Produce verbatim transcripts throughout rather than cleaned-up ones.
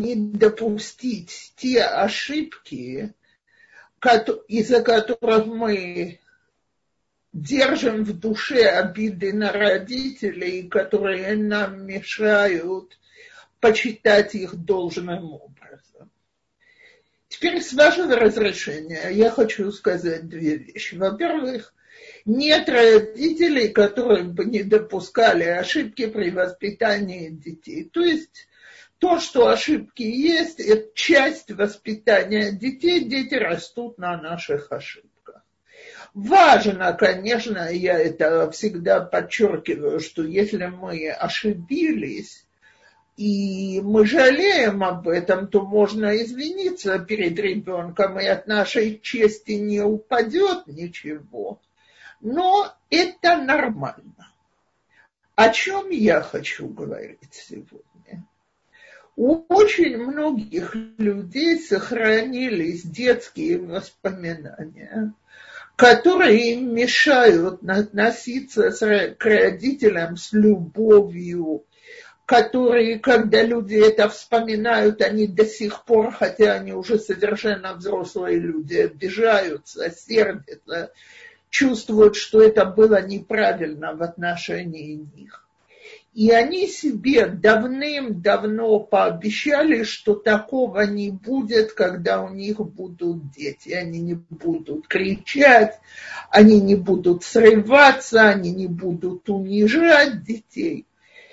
не допустить те ошибки, из-за которых мы держим в душе обиды на родителей, которые нам мешают почитать их должным образом. Теперь, с вашего разрешения, я хочу сказать две вещи. Во-первых, нет родителей, которые бы не допускали ошибки при воспитании детей. То есть то, что ошибки есть, это часть воспитания детей. Дети растут на наших ошибках. Важно, конечно, я это всегда подчеркиваю, что если мы ошибились, и мы жалеем об этом, то можно извиниться перед ребенком, и от нашей чести не упадет ничего. Но это нормально. О чем я хочу говорить сегодня? У очень многих людей сохранились детские воспоминания, которые им мешают относиться к родителям с любовью, которые, когда люди это вспоминают, они до сих пор, хотя они уже совершенно взрослые люди, обижаются, сердятся, чувствуют, что это было неправильно в отношении них. И они себе давным-давно пообещали, что такого не будет, когда у них будут дети. Они не будут кричать, они не будут срываться, они не будут унижать детей.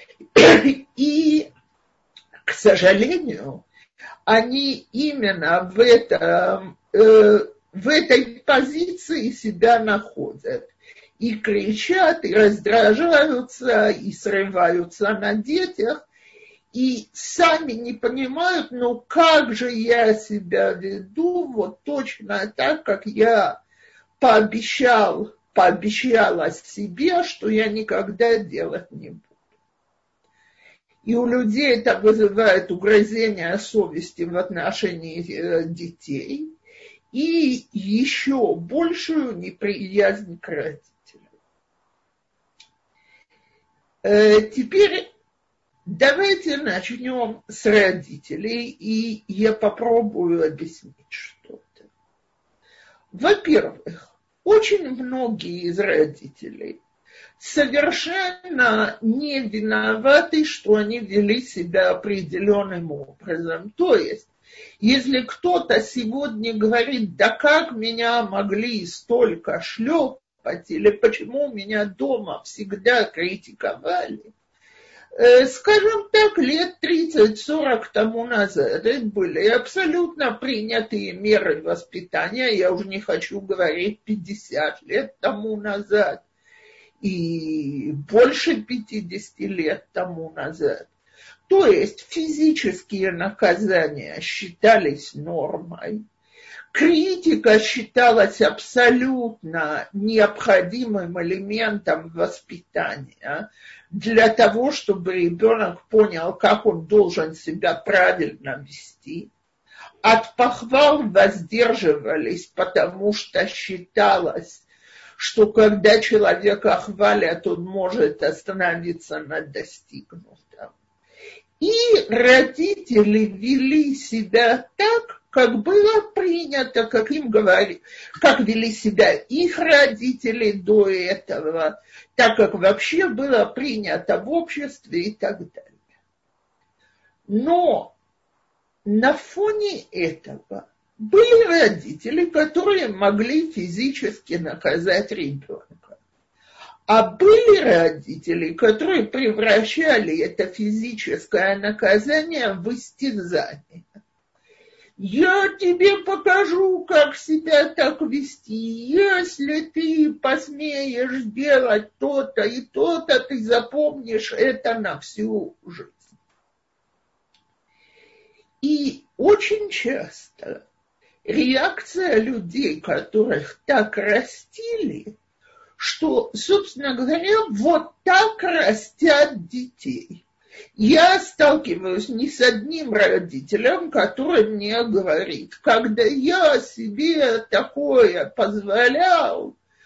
И, к сожалению, они именно в, этом, э, в этой позиции себя находят. И кричат, и раздражаются, и срываются на детях, и сами не понимают, ну как же я себя веду вот точно так, как я пообещал, пообещала себе, что я никогда делать не буду. И у людей это вызывает угрызение совести в отношении детей и еще большую неприязнь к родителям. Теперь давайте начнем с родителей, и я попробую объяснить что-то. Во-первых, очень многие из родителей совершенно не виноваты, что они вели себя определенным образом. То есть, если кто-то сегодня говорит, да как меня могли столько шлепать, или почему меня дома всегда критиковали, скажем так, лет тридцать-сорок тому назад это были абсолютно принятые меры воспитания, я уже не хочу говорить пятьдесят лет тому назад, и больше пятидесяти лет тому назад. То есть физические наказания считались нормой, критика считалась абсолютно необходимым элементом воспитания для того, чтобы ребенок понял, как он должен себя правильно вести. От похвал воздерживались, потому что считалось, что когда человека хвалят, он может остановиться на достигнутом. И родители вели себя так, как было принято, как им говорили, как вели себя их родители до этого, так как вообще было принято в обществе и так далее. Но на фоне этого были родители, которые могли физически наказать ребенка. А были родители, которые превращали это физическое наказание в истязание. Я тебе покажу, как себя так вести. Если ты посмеешь сделать то-то и то-то, ты запомнишь это на всю жизнь. И очень часто реакция людей, которых так растили, что, собственно говоря, вот так растят детей. Я сталкиваюсь не с одним родителем, который мне говорит, когда я себе такое позволял,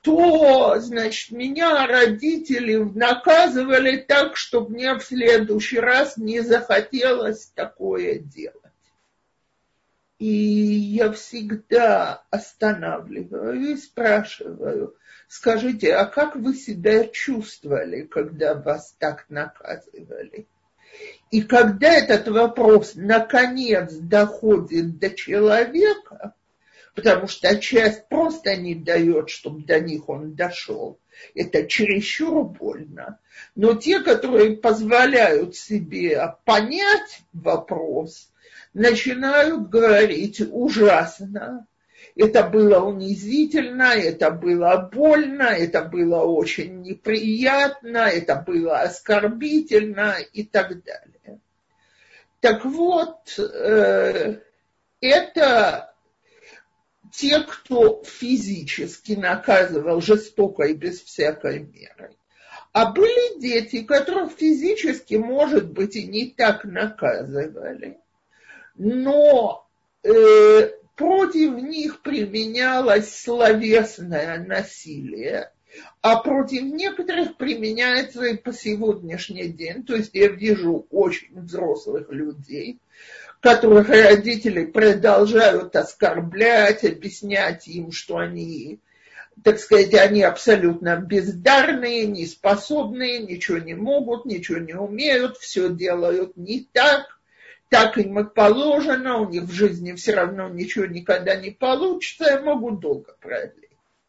то, значит, меня родители наказывали так, чтобы мне в следующий раз не захотелось такое делать. И я всегда останавливаю и спрашиваю, скажите, а как вы себя чувствовали, когда вас так наказывали? И когда этот вопрос наконец доходит до человека, потому что часть просто не дает, чтобы до них он дошел, это чересчур больно. Но те, которые позволяют себе понять вопрос, начинают говорить ужасно. Это было унизительно, это было больно, это было очень неприятно, это было оскорбительно и так далее. Так вот, э, это те, кто физически наказывал жестоко и без всякой меры. А были дети, которых физически, может быть, и не так наказывали, но э, против них применялось словесное насилие, а против некоторых применяется и по сегодняшний день. То есть я вижу очень взрослых людей, которых родители продолжают оскорблять, объяснять им, что они, так сказать, они абсолютно бездарные, неспособные, ничего не могут, ничего не умеют, все делают не так. Так им и положено, у них в жизни все равно ничего никогда не получится, я могу долго продлить.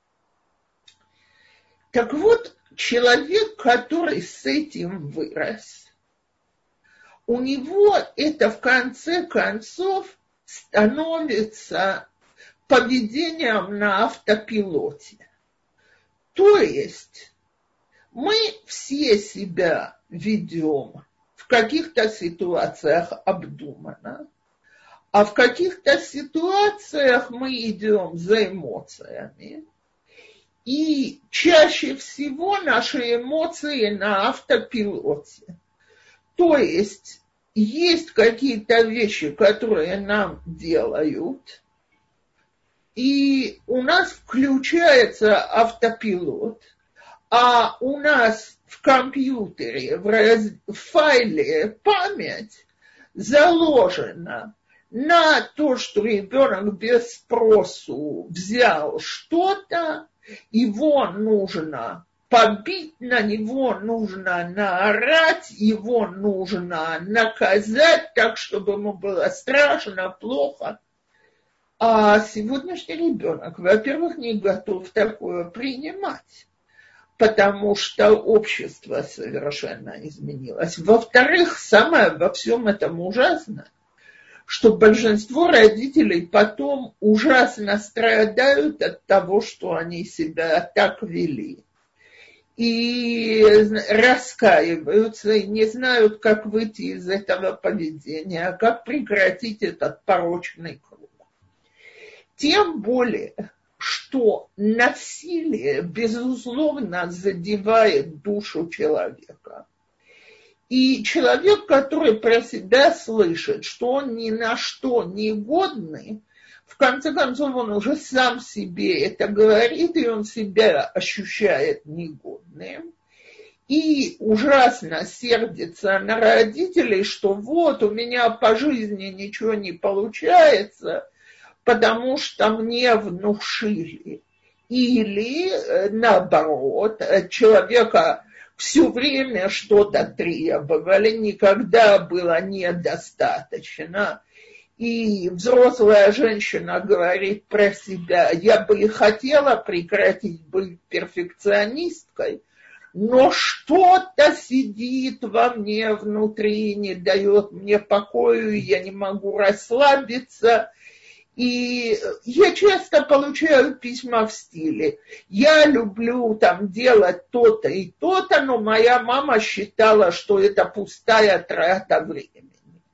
Так вот, человек, который с этим вырос, у него это в конце концов становится поведением на автопилоте. То есть мы все себя ведем в каких-то ситуациях обдуманно, а в каких-то ситуациях мы идем за эмоциями. И чаще всего наши эмоции на автопилоте. То есть есть какие-то вещи, которые нам делают, и у нас включается автопилот, а у нас в компьютере, в, раз... в файле память заложена на то, что ребенок без спросу взял что-то, его нужно побить, на него нужно наорать, его нужно наказать так, чтобы ему было страшно, плохо. А сегодняшний ребенок, во-первых, не готов такое принимать, потому что общество совершенно изменилось. Во-вторых, самое во всем этом ужасное, что большинство родителей потом ужасно страдают от того, что они себя так вели. И раскаиваются, и не знают, как выйти из этого поведения, как прекратить этот порочный круг. Тем более, что насилие, безусловно, задевает душу человека. И человек, который про себя слышит, что он ни на что не годный, в конце концов он уже сам себе это говорит, и он себя ощущает негодным. И ужасно сердится на родителей, что вот у меня по жизни ничего не получается, потому что мне внушили. Или наоборот, человека все время что-то требовали, никогда было недостаточно. И взрослая женщина говорит про себя: я бы и хотела прекратить быть перфекционисткой, но что-то сидит во мне внутри, не дает мне покоя, я не могу расслабиться. И я часто получаю письма в стиле: я люблю там делать то-то и то-то, но моя мама считала, что это пустая трата времени.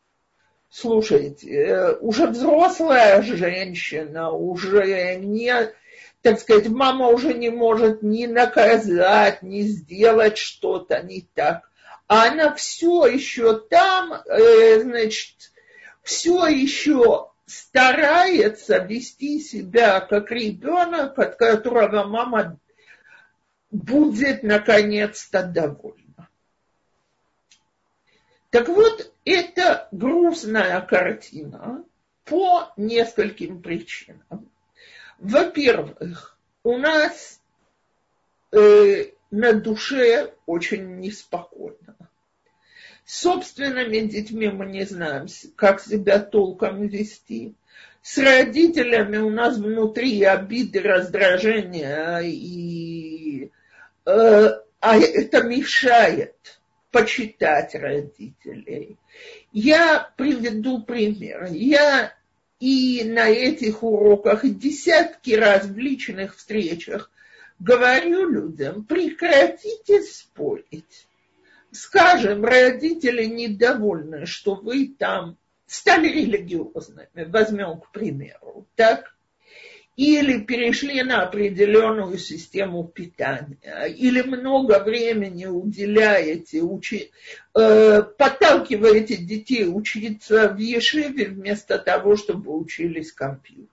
Слушайте, уже взрослая женщина, уже не, так сказать, мама уже не может ни наказать, ни сделать что-то не так. А она все еще там, значит, все еще старается вести себя как ребенок, от которого мама будет наконец-то довольна. Так вот, это грустная картина по нескольким причинам. Во-первых, у нас э, на душе очень неспокойно. С собственными детьми мы не знаем, как себя толком вести. С родителями у нас внутри обиды, раздражения, и, э, а это мешает почитать родителей. Я приведу пример. Я и на этих уроках, и десятки раз в личных встречах говорю людям: прекратите спорить. Скажем, родители недовольны, что вы там стали религиозными, возьмем, к примеру, так? Или перешли на определенную систему питания, или много времени уделяете, учи, э, подталкиваете детей учиться в ешиве вместо того, чтобы учились компьютеру.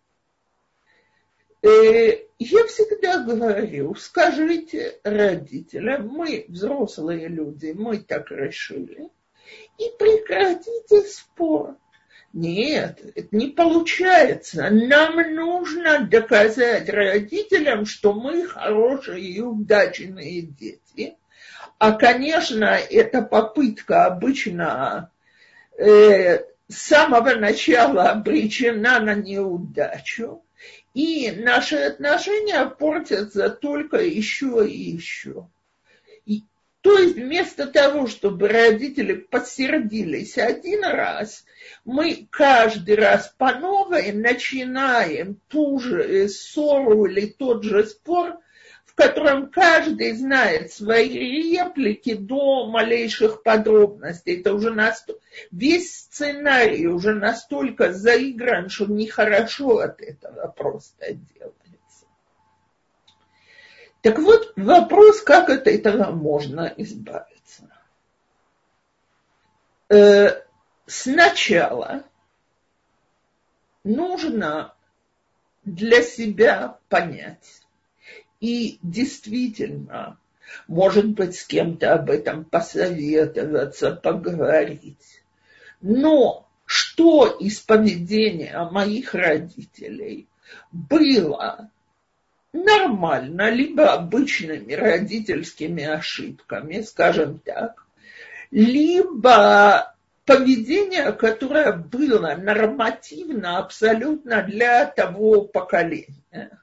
Э, я всегда говорю: скажите родителям, мы взрослые люди, мы так решили, и прекратите спор. Нет, это не получается. Нам нужно доказать родителям, что мы хорошие и удачные дети. А, конечно, эта попытка обычно э, с самого начала обречена на неудачу. И наши отношения портятся только еще и еще. И, то есть вместо того, чтобы родители посердились один раз, мы каждый раз по новой начинаем ту же ссору или тот же спор, в котором каждый знает свои реплики до малейших подробностей. Это уже наст... Весь сценарий уже настолько заигран, что нехорошо от этого просто делается. Так вот, вопрос, как от этого можно избавиться. Э, сначала нужно для себя понять, и действительно, может быть, с кем-то об этом посоветоваться, поговорить. Но что из поведения моих родителей было нормально, либо обычными родительскими ошибками, скажем так, либо поведение, которое было нормативно абсолютно для того поколения.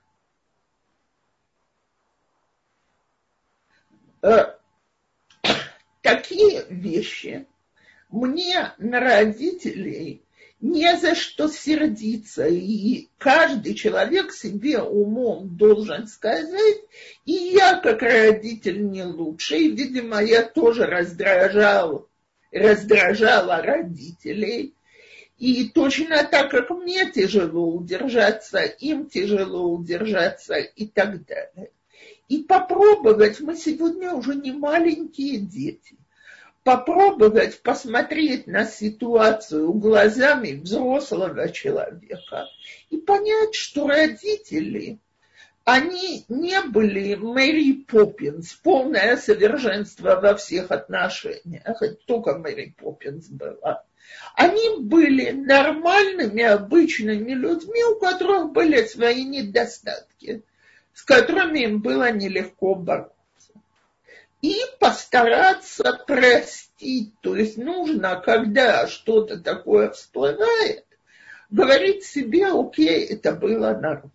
Такие вещи мне на родителей не за что сердиться, и каждый человек себе умом должен сказать: и я как родитель не лучше, и, видимо, я тоже раздражал, раздражала родителей, и точно так, как мне тяжело удержаться, им тяжело удержаться и так далее. И попробовать, мы сегодня уже не маленькие дети, попробовать посмотреть на ситуацию глазами взрослого человека и понять, что родители, они не были Мэри Поппинс, полное совершенство во всех отношениях, это только Мэри Поппинс была. Они были нормальными, обычными людьми, у которых были свои недостатки, с которыми им было нелегко бороться. И постараться простить. То есть нужно, когда что-то такое всплывает, говорить себе: окей, это было нормально.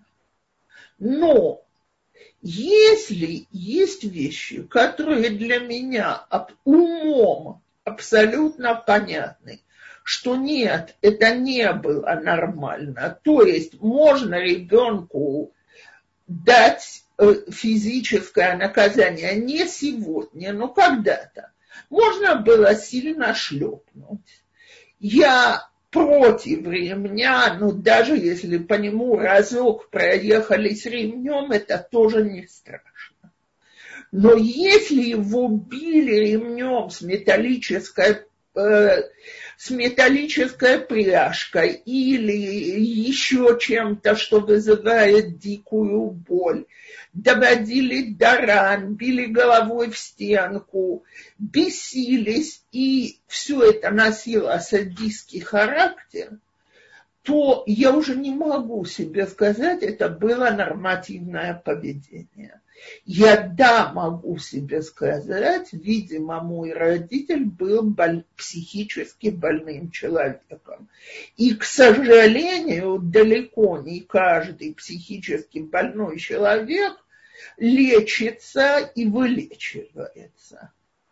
Но если есть вещи, которые для меня умом абсолютно понятны, что нет, это не было нормально, то есть можно ребенку дать физическое наказание не сегодня, но когда-то. Можно было сильно шлепнуть. Я против ремня, но даже если по нему разок проехались ремнем, это тоже не страшно. Но если его били ремнем с металлической э, с металлической пряжкой или еще чем-то, что вызывает дикую боль, доводили до ран, били головой в стенку, бесились, и все это носило садистский характер, то я уже не могу себе сказать, это было нормативное поведение. Я, да, могу себе сказать, видимо, мой родитель был боль, психически больным человеком. И, к сожалению, далеко не каждый психически больной человек лечится и вылечивается.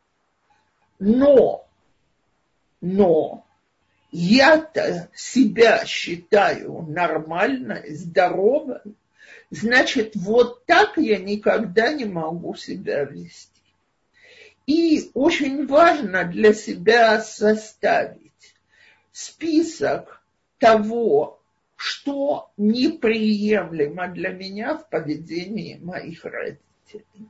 Но, но, я-то себя считаю нормальной, здоровой, значит, вот так я никогда не могу себя вести. И очень важно для себя составить список того, что неприемлемо для меня в поведении моих родителей.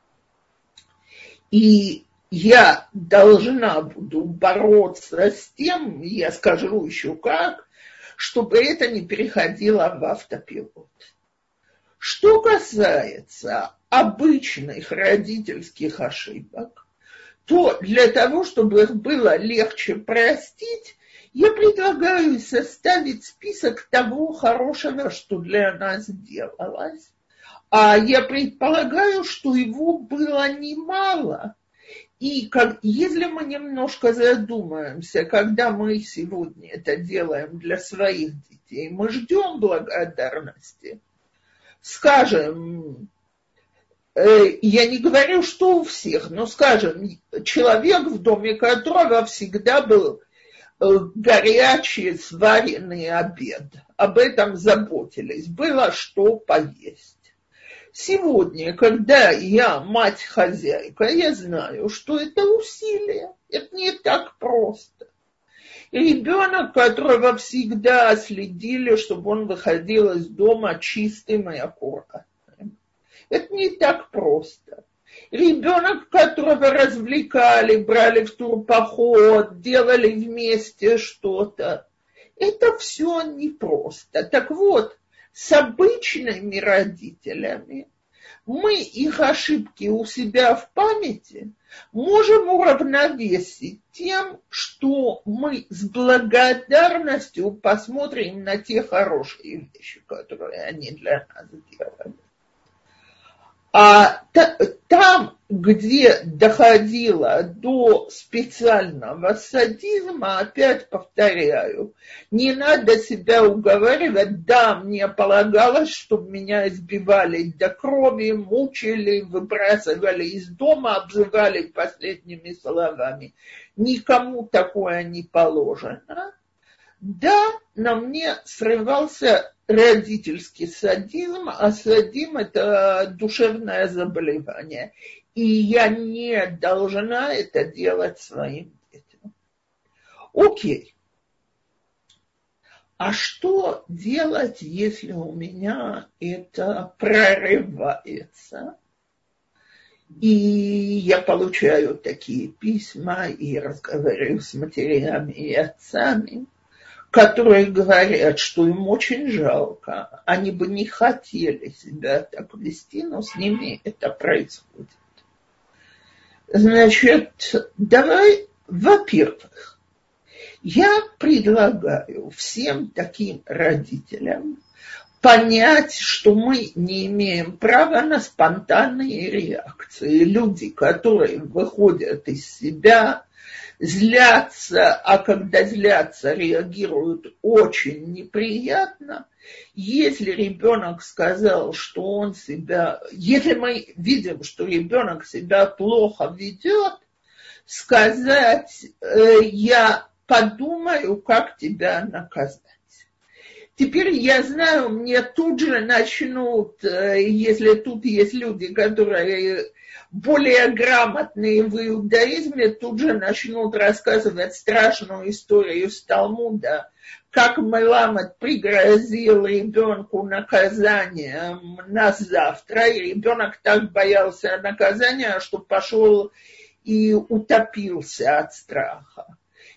И я должна буду бороться с тем, я скажу еще как, чтобы это не переходило в автопилот. Что касается обычных родительских ошибок, то для того, чтобы их было легче простить, я предлагаю составить список того хорошего, что для нас делалось. А я предполагаю, что его было немало. И как, если мы немножко задумаемся, когда мы сегодня это делаем для своих детей, мы ждем благодарности. Скажем, э, я не говорю, что у всех, но, скажем, человек, в доме которого всегда был э, горячий сваренный обед, об этом заботились, было что поесть. Сегодня, когда я мать-хозяйка, я знаю, что это усилие, это не так просто. И ребенок, которого всегда следили, чтобы он выходил из дома чистым и аккуратным, это не так просто. Ребенок, которого развлекали, брали в турпоход, делали вместе что-то, это все непросто. Так вот, с обычными родителями мы их ошибки у себя в памяти можем уравновесить тем, что мы с благодарностью посмотрим на те хорошие вещи, которые они для нас делали. А та, там, где доходило до специального садизма, опять повторяю, не надо себя уговаривать, да, мне полагалось, чтобы меня избивали до крови, мучили, выбрасывали из дома, обзывали последними словами. Никому такое не положено. Да, на мне срывался родительский садизм, а садизм – это душевное заболевание. И я не должна это делать своим детям. Окей. А что делать, если у меня это прорывается? И я получаю такие письма и разговариваю с матерями и отцами, которые говорят, что им очень жалко, они бы не хотели себя так вести, но с ними это происходит. Значит, давай, во-первых, я предлагаю всем таким родителям понять, что мы не имеем права на спонтанные реакции. Люди, которые выходят из себя, злятся, а когда злятся, реагируют очень неприятно. Если ребенок сказал, что он себя... Если мы видим, что ребенок себя плохо ведет, сказать, э, я подумаю, как тебя наказать. Теперь я знаю, мне тут же начнут, если тут есть люди, которые более грамотные в иудаизме, тут же начнут рассказывать страшную историю из Талмуда, как Меламед пригрозил ребенку наказанием на завтра, и ребенок так боялся наказания, что пошел и утопился от страха.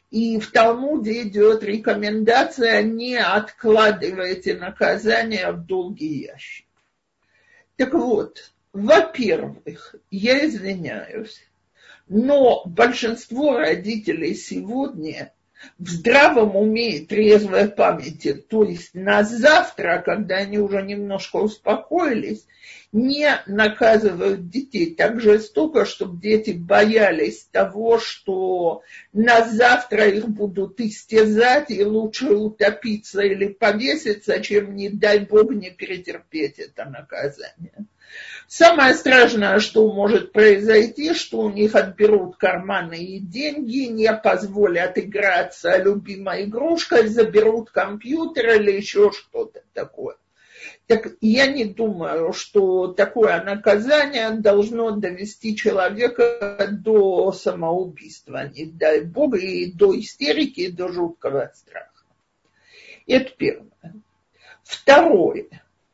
И в Талмуде идет рекомендация: не откладывайте наказание в долгий ящик. Так вот, во-первых, я извиняюсь, но большинство родителей сегодня в здравом уме и трезвой памяти, то есть на завтра, когда они уже немножко успокоились, не наказывают детей так жестоко, чтобы дети боялись того, что на завтра их будут истязать, и лучше утопиться или повеситься, чем, не дай Бог, не перетерпеть это наказание. Самое страшное, что может произойти, что у них отберут карманные деньги, не позволят играться любимой игрушкой, заберут компьютер или еще что-то такое. Так я не думаю, что такое наказание должно довести человека до самоубийства, не дай Бог, и до истерики, и до жуткого страха. Это первое. Второе.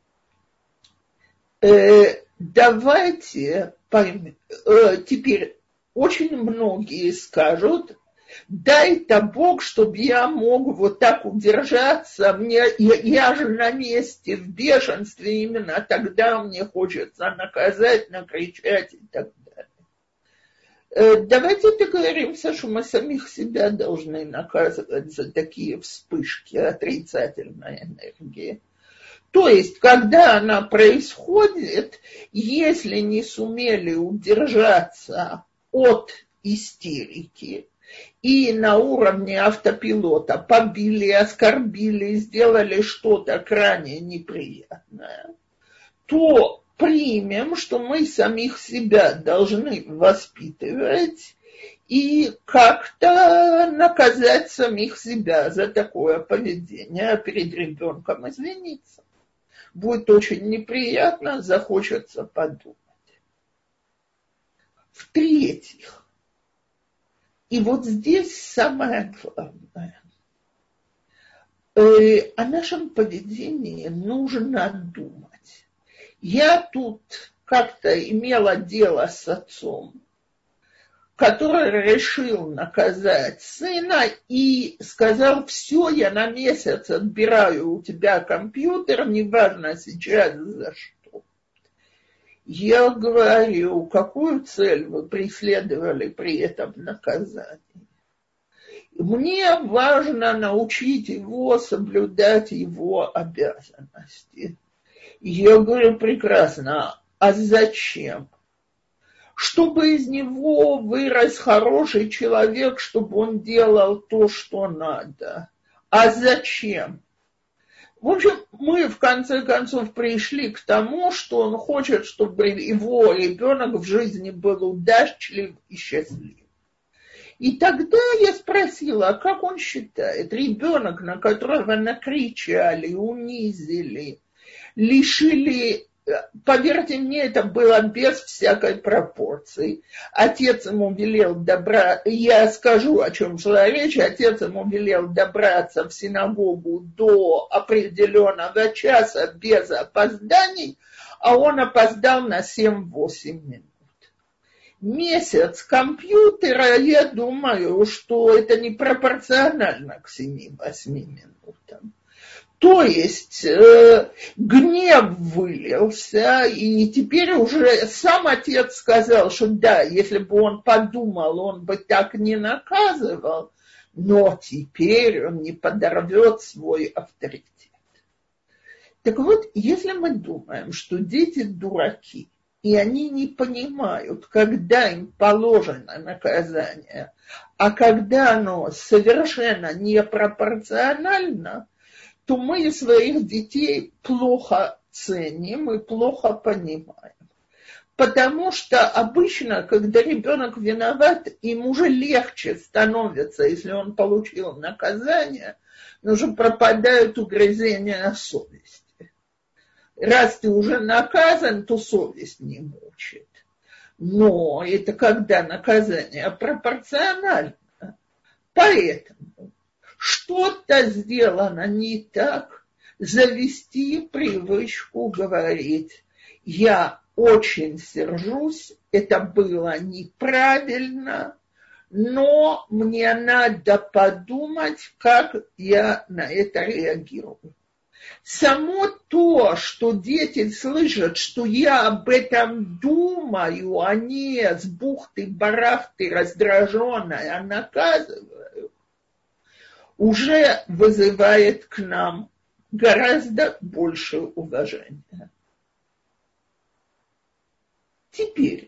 Э, давайте поймем. Э, теперь очень многие скажут: дай-то Бог, чтобы я мог вот так удержаться, мне, я, я же на месте в бешенстве, именно тогда мне хочется наказать, накричать и так далее. Э, давайте договоримся, что мы самих себя должны наказывать за такие вспышки отрицательной энергии. То есть, когда она происходит, если не сумели удержаться от истерики, и на уровне автопилота побили, оскорбили, сделали что-то крайне неприятное, то примем, что мы самих себя должны воспитывать и как-то наказать самих себя за такое поведение, а перед ребенком извиниться. Будет очень неприятно, захочется подумать. В-третьих, и вот здесь самое главное, э, о нашем поведении нужно думать. Я тут как-то имела дело с отцом, который решил наказать сына и сказал: все, я на месяц отбираю у тебя компьютер, неважно сейчас за что. Я говорю: какую цель вы преследовали при этом наказании? Мне важно научить его соблюдать его обязанности. Я говорю: прекрасно, а зачем? Чтобы из него вырос хороший человек, чтобы он делал то, что надо. А зачем? В общем, мы в конце концов пришли к тому, что он хочет, чтобы его ребенок в жизни был удачлив и счастлив. И тогда я спросила: а как он считает, ребенок, на которого накричали, унизили, лишили... Поверьте мне, это было без всякой пропорции. Отец ему велел добраться, я скажу, о чем шла речь, отец ему велел добраться в синагогу до определенного часа без опозданий, а он опоздал на семь-восемь минут. Месяц компьютера, я думаю, что это не пропорционально к семи-восьми минутам. То есть э, гнев вылился, и теперь уже сам отец сказал, что да, если бы он подумал, он бы так не наказывал, но теперь он не подорвет свой авторитет. Так вот, если мы думаем, что дети дураки, и они не понимают, когда им положено наказание, а когда оно совершенно непропорционально, то мы своих детей плохо ценим и плохо понимаем. Потому что обычно, когда ребенок виноват, им уже легче становится, если он получил наказание, но уже пропадают угрызения совести. Раз ты уже наказан, то совесть не мучит. Но это когда наказание пропорционально. Поэтому что-то сделано не так, завести привычку говорить: я очень сержусь, это было неправильно, но мне надо подумать, как я на это реагирую. Само то, что дети слышат, что я об этом думаю, а не с бухты-барахты раздраженная наказываю, уже вызывает к нам гораздо больше уважения. Теперь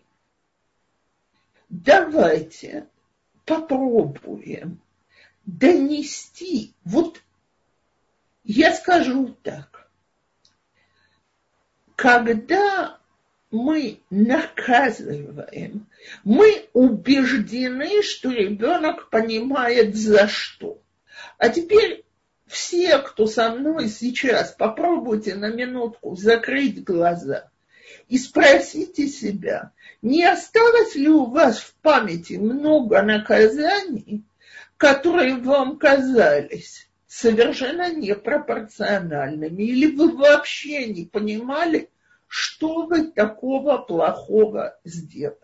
давайте попробуем донести, вот я скажу так, когда мы наказываем, мы убеждены, что ребенок понимает за что. А теперь все, кто со мной сейчас, попробуйте на минутку закрыть глаза и спросите себя, не осталось ли у вас в памяти много наказаний, которые вам казались совершенно непропорциональными, или вы вообще не понимали, что вы такого плохого сделали.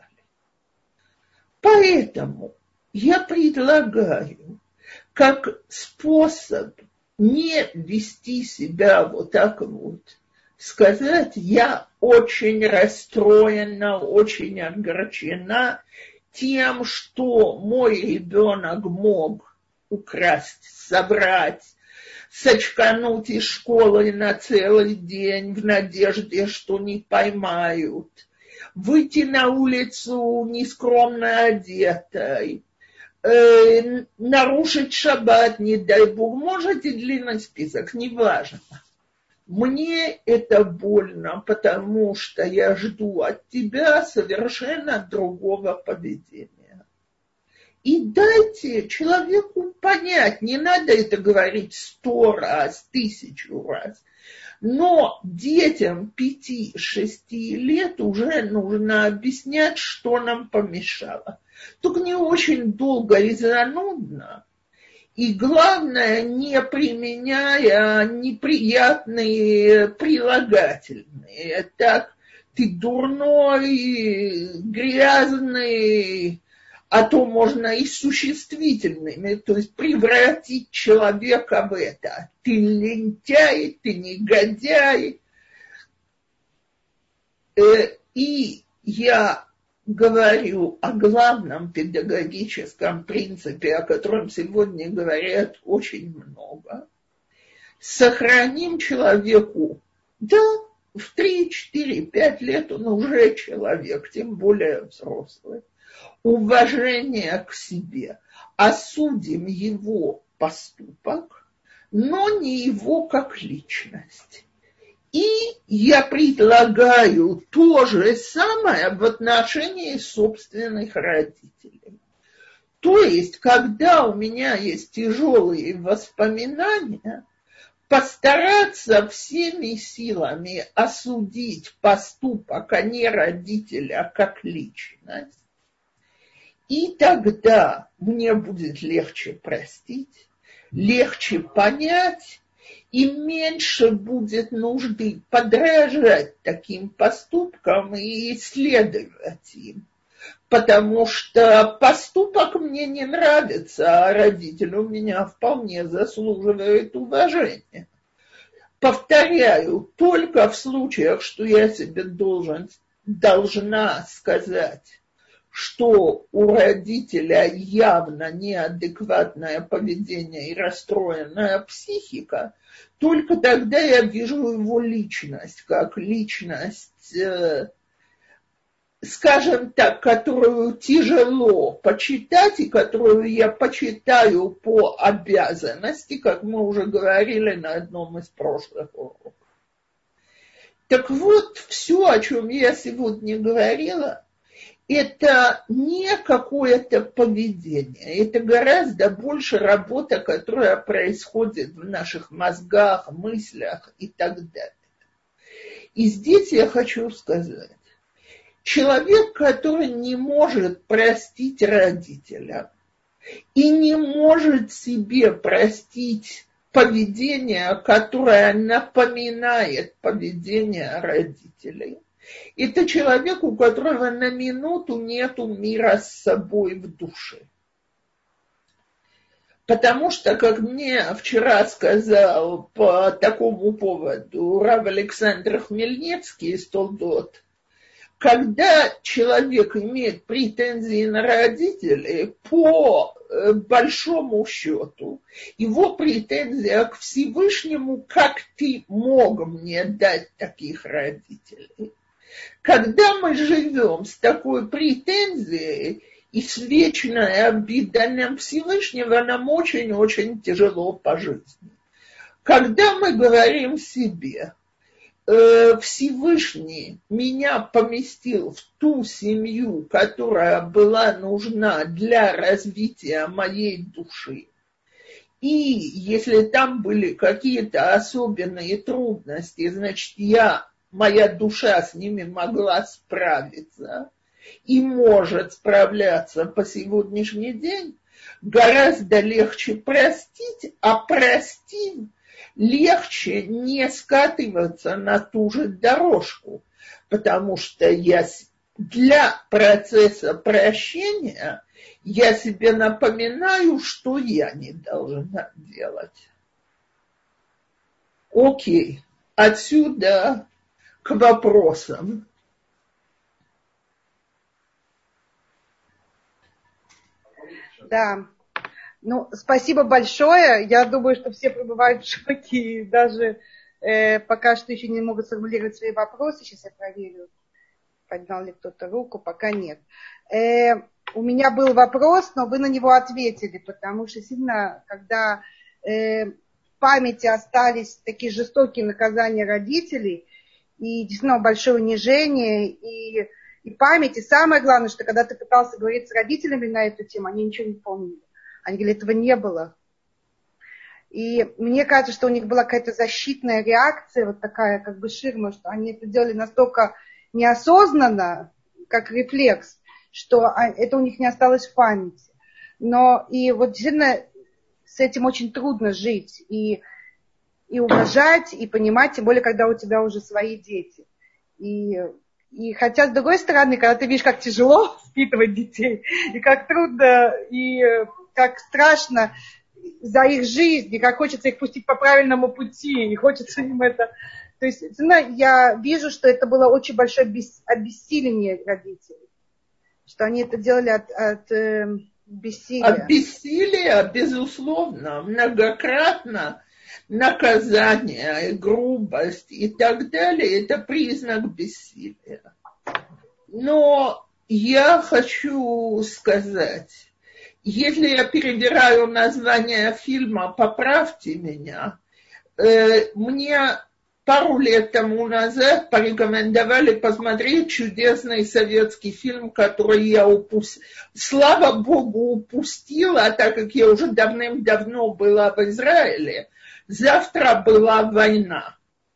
Поэтому я предлагаю, как способ не вести себя вот так вот, сказать, я очень расстроена, очень огорчена тем, что мой ребенок мог украсть, собрать, сочкануть из школы на целый день в надежде, что не поймают, выйти на улицу нескромно одетой, э, нарушить шаббат, не дай бог, можете длинный список, неважно. Мне это больно, потому что я жду от тебя совершенно другого поведения. И дайте человеку понять, не надо это говорить сто раз, тысячу раз, но детям пяти-шести лет уже нужно объяснять, что нам помешало. Только не очень долго и занудно. И главное, не применяя неприятные прилагательные. Так, ты дурной, грязный, а то можно и существительными, то есть превратить человека в это. Ты лентяй, ты негодяй. И я говорю о главном педагогическом принципе, о котором сегодня говорят очень много. Сохраним человеку, да, в три, четыре, пять лет он уже человек, тем более взрослый, уважение к себе, осудим его поступок, но не его как личность. И я предлагаю то же самое в отношении собственных родителей. То есть, когда у меня есть тяжелые воспоминания, постараться всеми силами осудить поступок, а не родителя как личность. И тогда мне будет легче простить, легче понять, и меньше будет нужды подражать таким поступкам и исследовать им. Потому что поступок мне не нравится, а родитель у меня вполне заслуживает уважения. Повторяю, только в случаях, что я себе должен, должна сказать, что у родителя явно неадекватное поведение и расстроенная психика, только тогда я вижу его личность, как личность, э, скажем так, которую тяжело почитать и которую я почитаю по обязанности, как мы уже говорили на одном из прошлых уроков. Так вот, все, о чем я сегодня говорила, это не какое-то поведение, это гораздо больше работа, которая происходит в наших мозгах, мыслях и так далее. И здесь я хочу сказать, человек, который не может простить родителя и не может себе простить поведение, которое напоминает поведение родителей, это человек, у которого на минуту нету мира с собой в душе. Потому что, как мне вчера сказал по такому поводу Рав Александр Хмельницкий из Толдот, когда человек имеет претензии на родителей, по большому счету, его претензия к Всевышнему, как ты мог мне дать таких родителей. Когда мы живем с такой претензией и с вечной обиданием Всевышнего, нам очень-очень тяжело по жизни. Когда мы говорим себе, Всевышний меня поместил в ту семью, которая была нужна для развития моей души. И если там были какие-то особенные трудности, значит, я, моя душа с ними могла справиться и может справляться по сегодняшний день, гораздо легче простить, а простив легче не скатываться на ту же дорожку, потому что я для процесса прощения я себе напоминаю, что я не должна делать. Окей, отсюда к вопросам. Да. Ну, спасибо большое. Я думаю, что все пребывают в шоке и даже э, пока что еще не могут сформулировать свои вопросы. Сейчас я проверю, поднял ли кто-то руку. Пока нет. Э, у меня был вопрос, но вы на него ответили, потому что сильно, когда э, в памяти остались такие жестокие наказания родителей и действительно большое унижение и, и память. И самое главное, что когда ты пытался говорить с родителями на эту тему, они ничего не помнили. Они говорили, этого не было. И мне кажется, что у них была какая-то защитная реакция, вот такая как бы ширма, что они это делали настолько неосознанно, как рефлекс, что это у них не осталось в памяти. Но и вот действительно с этим очень трудно жить и, и уважать, и понимать, тем более, когда у тебя уже свои дети. И, и хотя, с другой стороны, когда ты видишь, как тяжело воспитывать детей, и как трудно, и как страшно за их жизнь, и как хочется их пустить по правильному пути, и хочется им это... То есть, я вижу, что это было очень большое обессиление родителей, что они это делали от, от э, бессилия. От бессилия, безусловно, многократно наказание, грубость и так далее, это признак бессилия. Но я хочу сказать, если я перебираю название фильма, поправьте меня, э, мне пару лет тому назад порекомендовали посмотреть чудесный советский фильм, который я упустила. Слава Богу, упустила, так как я уже давным-давно была в Израиле. Завтра была война.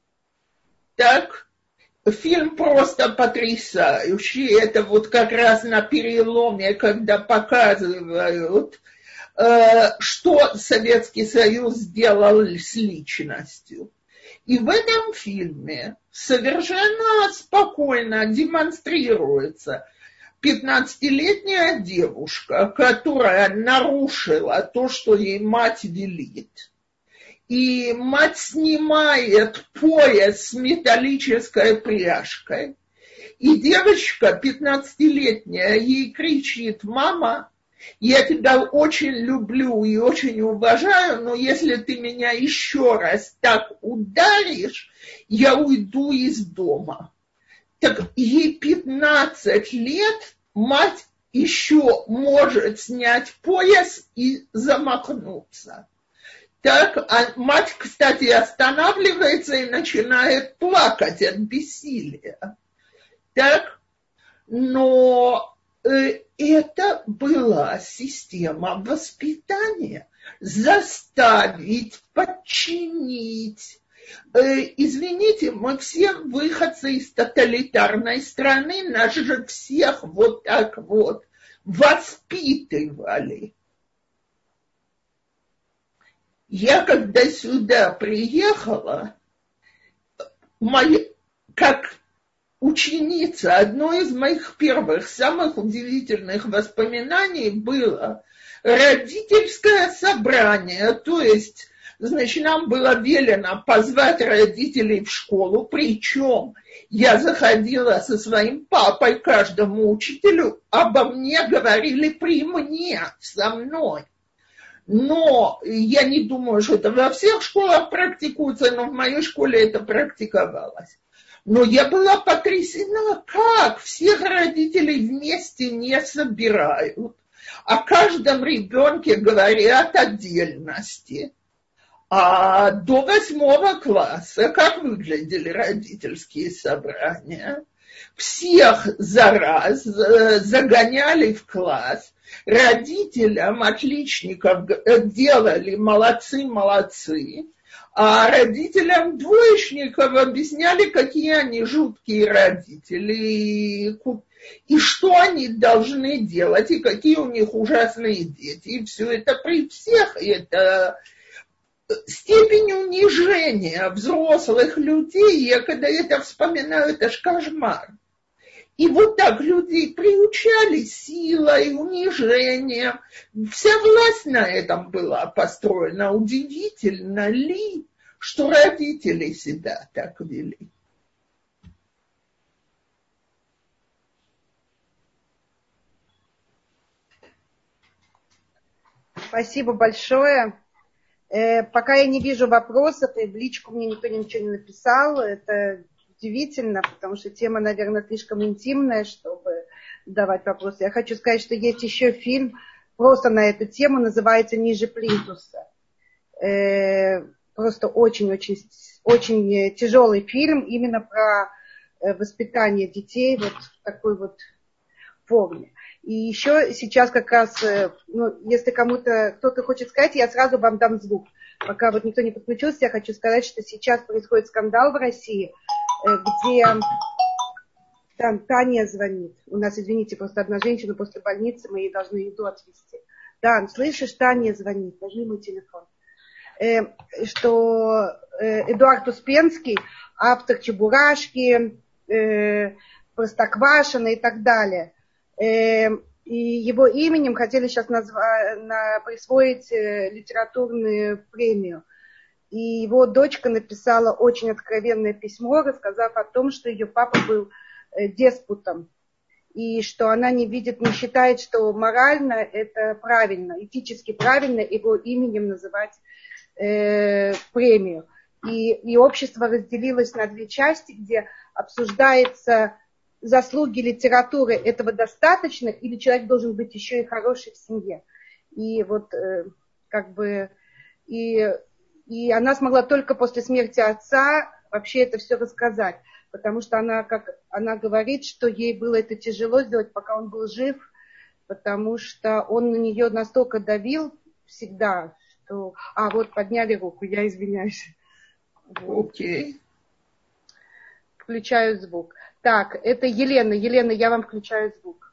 Так? Фильм просто потрясающий. Это вот как раз на переломе, когда показывают, э, что Советский Союз сделал с личностью. И в этом фильме совершенно спокойно демонстрируется пятнадцатилетняя девушка, которая нарушила то, что ей мать велит. И мать снимает пояс с металлической пряжкой. И девочка пятнадцатилетняя ей кричит: «Мама, я тебя очень люблю и очень уважаю, но если ты меня еще раз так ударишь, я уйду из дома». Так ей пятнадцать лет, мать еще может снять пояс и замахнуться. Так, а мать, кстати, останавливается и начинает плакать от бессилия. Так, но э, это была система воспитания. Заставить, подчинить. Э, извините, мы все выходцы из тоталитарной страны, нас же всех вот так вот воспитывали. Я, когда сюда приехала, моя, как ученица, одно из моих первых, самых удивительных воспоминаний было родительское собрание, то есть, значит, нам было велено позвать родителей в школу, причем я заходила со своим папой к каждому учителю, обо мне говорили при мне, со мной. Но я не думаю, что это во всех школах практикуется, но в моей школе это практиковалось. Но я была потрясена, как всех родителей вместе не собирают. О каждом ребенке говорят отдельности. А до восьмого класса как выглядели родительские собрания? Всех за раз загоняли в класс. Родителям отличников делали молодцы-молодцы, а родителям двоечников объясняли, какие они жуткие родители, и, и что они должны делать, и какие у них ужасные дети. И все это при всех, это степень унижения взрослых людей. Я когда это вспоминаю, это ж кошмар. И вот так людей приучали силой, унижением. Вся власть на этом была построена. Удивительно ли, что родители себя так вели? Спасибо большое. Э, пока я не вижу вопросов, и в личку мне никто ничего не написал, это удивительно, потому что тема, наверное, слишком интимная, чтобы задавать вопросы. Я хочу сказать, что есть еще фильм просто на эту тему, называется «Ниже плинтуса». Э, просто очень-очень очень тяжелый фильм именно про воспитание детей вот в такой вот форме. И еще сейчас как раз, ну, если кому-то, кто-то хочет сказать, я сразу вам дам звук. Пока вот никто не подключился, я хочу сказать, что сейчас происходит скандал в России, где там Таня звонит. У нас, извините, просто одна женщина после больницы, мы ей должны еду отвезти. Да, слышишь, Таня звонит, возьми мой телефон. Э, что э, Эдуард Успенский, автор «Чебурашки», э, «Простоквашино» и так далее. Э, и его именем хотели сейчас назва- на, присвоить э, литературную премию. И его дочка написала очень откровенное письмо, рассказав о том, что ее папа был э, деспотом. И что она не видит, не считает, что морально это правильно, этически правильно его именем называть э, премию. И, и общество разделилось на две части, где обсуждается заслуги литературы, этого достаточно, или человек должен быть еще и хороший в семье. И вот э, как бы и, и она смогла только после смерти отца вообще это все рассказать, потому что она, как она говорит, что ей было это тяжело сделать, пока он был жив, потому что он на нее настолько давил всегда, что... А, вот подняли руку, я извиняюсь. Окей. Okay. Включаю звук. Так, это Елена. Елена, я вам включаю звук.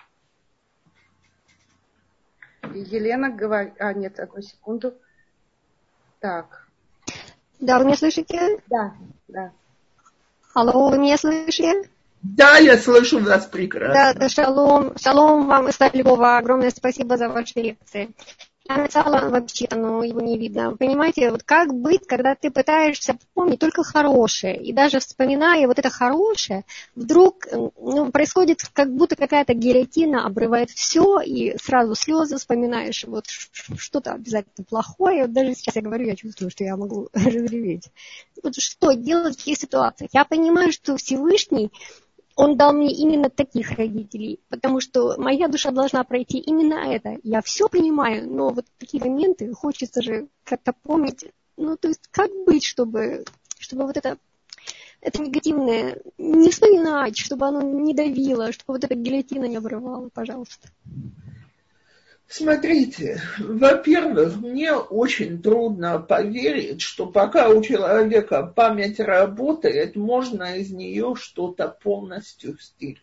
Елена говорит... А, нет, одну секунду. Так. Да, вы меня слышите? Да, да. Алло, вы меня слышите? Да, я слышу вас прекрасно. Да, да, шалом. Шалом вам из Львова. Огромное спасибо за ваши лекции. Я написала вообще, но его не видно. Понимаете, вот как быть, когда ты пытаешься помнить только хорошее, и даже вспоминая вот это хорошее, вдруг ну, происходит как будто какая-то гильотина обрывает все, и сразу слезы вспоминаешь, вот что-то обязательно плохое. Вот даже сейчас я говорю, я чувствую, что я могу разреветь. Вот что делать в таких ситуациях? Я понимаю, что Всевышний, Он дал мне именно таких родителей, потому что моя душа должна пройти именно это. Я все понимаю, но вот такие моменты хочется же как-то помнить. Ну, то есть, как быть, чтобы, чтобы вот это, это негативное не вспоминать, чтобы оно не давило, чтобы вот эта гильотина не обрывала, пожалуйста. Смотрите, во-первых, мне очень трудно поверить, что пока у человека память работает, можно из нее что-то полностью стереть.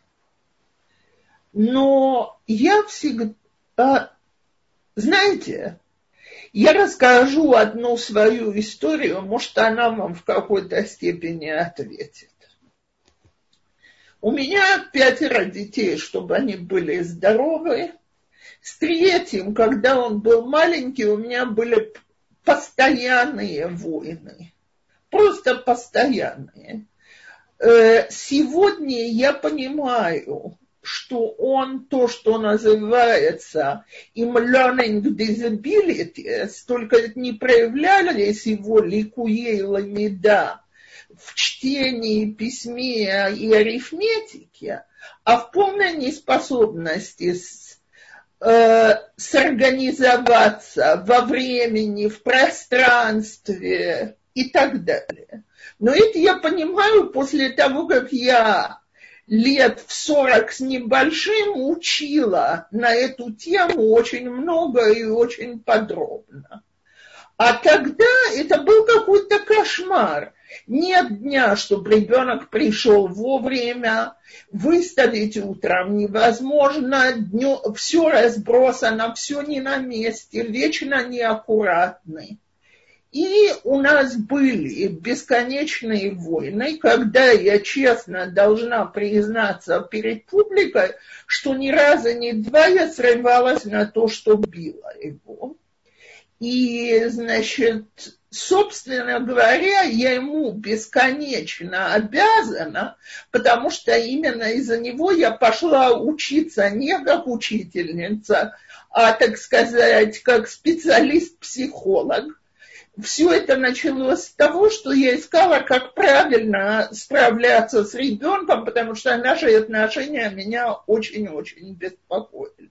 Но я всегда... Знаете, я расскажу одну свою историю, может, она вам в какой-то степени ответит. У меня пятеро детей, чтобы они были здоровы. С третьим, когда он был маленький, у меня были постоянные войны. Просто постоянные. Сегодня я понимаю, что он то, что называется им learning disabilities, только это не проявлялись его ликуей ламида в чтении, письме и арифметике, а в полной неспособности с, э, сорганизоваться во времени, в пространстве и так далее. Но это я понимаю после того, как я лет в сорок с небольшим учила на эту тему очень много и очень подробно. А тогда это был какой-то кошмар. Нет дня, чтобы ребенок пришел вовремя, выставить утром невозможно, днем все разбросано, все не на месте, вечно неаккуратный. И у нас были бесконечные войны, когда я честно должна признаться перед публикой, что ни разу, ни два я срывалась на то, что била его. И, значит, собственно говоря, я ему бесконечно обязана, потому что именно из-за него я пошла учиться не как учительница, а, так сказать, как специалист-психолог. Все это началось с того, что я искала, как правильно справляться с ребенком, потому что наши отношения меня очень-очень беспокоили.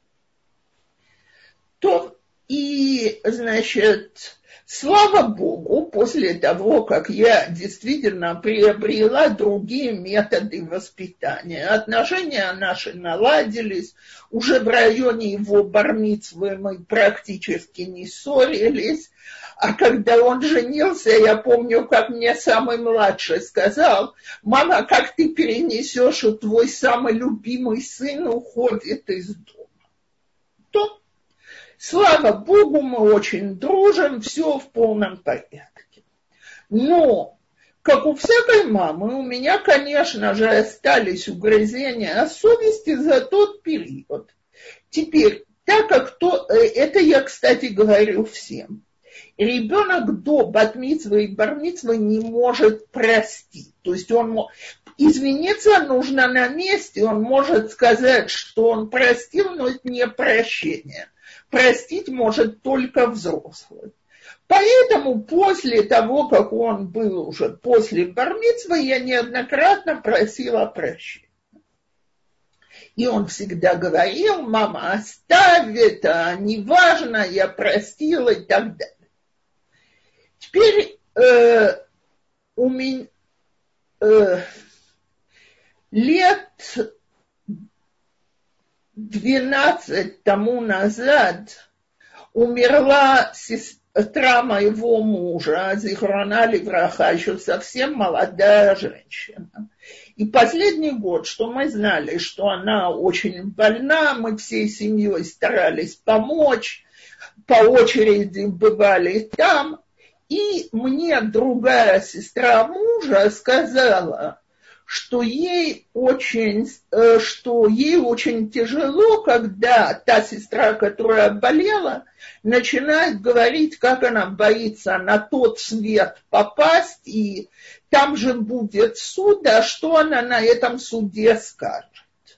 То и, значит, слава Богу, после того, как я действительно приобрела другие методы воспитания, отношения наши наладились, уже в районе его бар-мицвы мы практически не ссорились, а когда он женился, я помню, как мне самый младший сказал: «Мама, как ты перенесешь, что твой самый любимый сын уходит из дома?» То, слава Богу, мы очень дружим, все в полном порядке. Но, как у всякой мамы, у меня, конечно же, остались угрызения совести за тот период. Теперь, так как то, это я, кстати, говорю всем, ребенок до бат-мицвы и бар-мицвы не может простить. То есть он, извиниться нужно на месте, он может сказать, что он простил, но это не прощение. Простить может только взрослый. Поэтому после того, как он был уже после бар-мицвы, я неоднократно просила прощения. И он всегда говорил: «Мама, оставь это, неважно, я простила» и так далее. Теперь э, у меня э, лет двенадцать тому назад умерла сестра моего мужа, зихрона левраха, еще совсем молодая женщина. И последний год, что мы знали, что она очень больна, мы всей семьей старались помочь, по очереди бывали там. И мне другая сестра мужа сказала, что ей очень, что ей очень тяжело, когда та сестра, которая болела, начинает говорить, как она боится на тот свет попасть, и там же будет суд, а что она на этом суде скажет.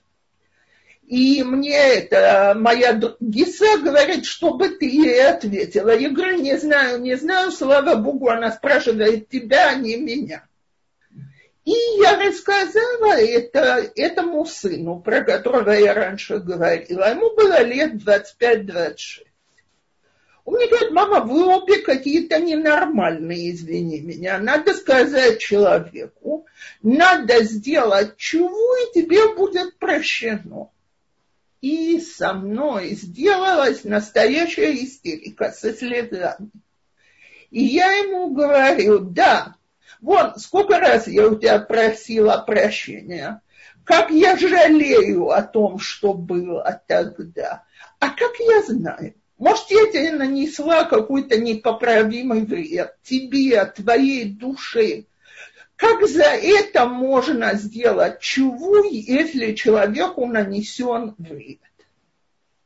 И мне это, моя Гиса говорит, что бы ты ей ответила. Я говорю: не знаю, не знаю, слава Богу, она спрашивает тебя, а не меня. И я рассказала это этому сыну, про которого я раньше говорила. Ему было лет двадцать пять двадцать шесть. Он мне говорит: мама, вы обе какие-то ненормальные, извини меня. Надо сказать человеку, надо сделать чего, и тебе будет прощено. И со мной сделалась настоящая истерика со слезами. И я ему говорю: да, вон, сколько раз я у тебя просила прощения, как я жалею о том, что было тогда. А как я знаю, может, я тебе нанесла какой-то непоправимый вред тебе, твоей душе. Как за это можно сделать чуву, если человеку нанесен вред?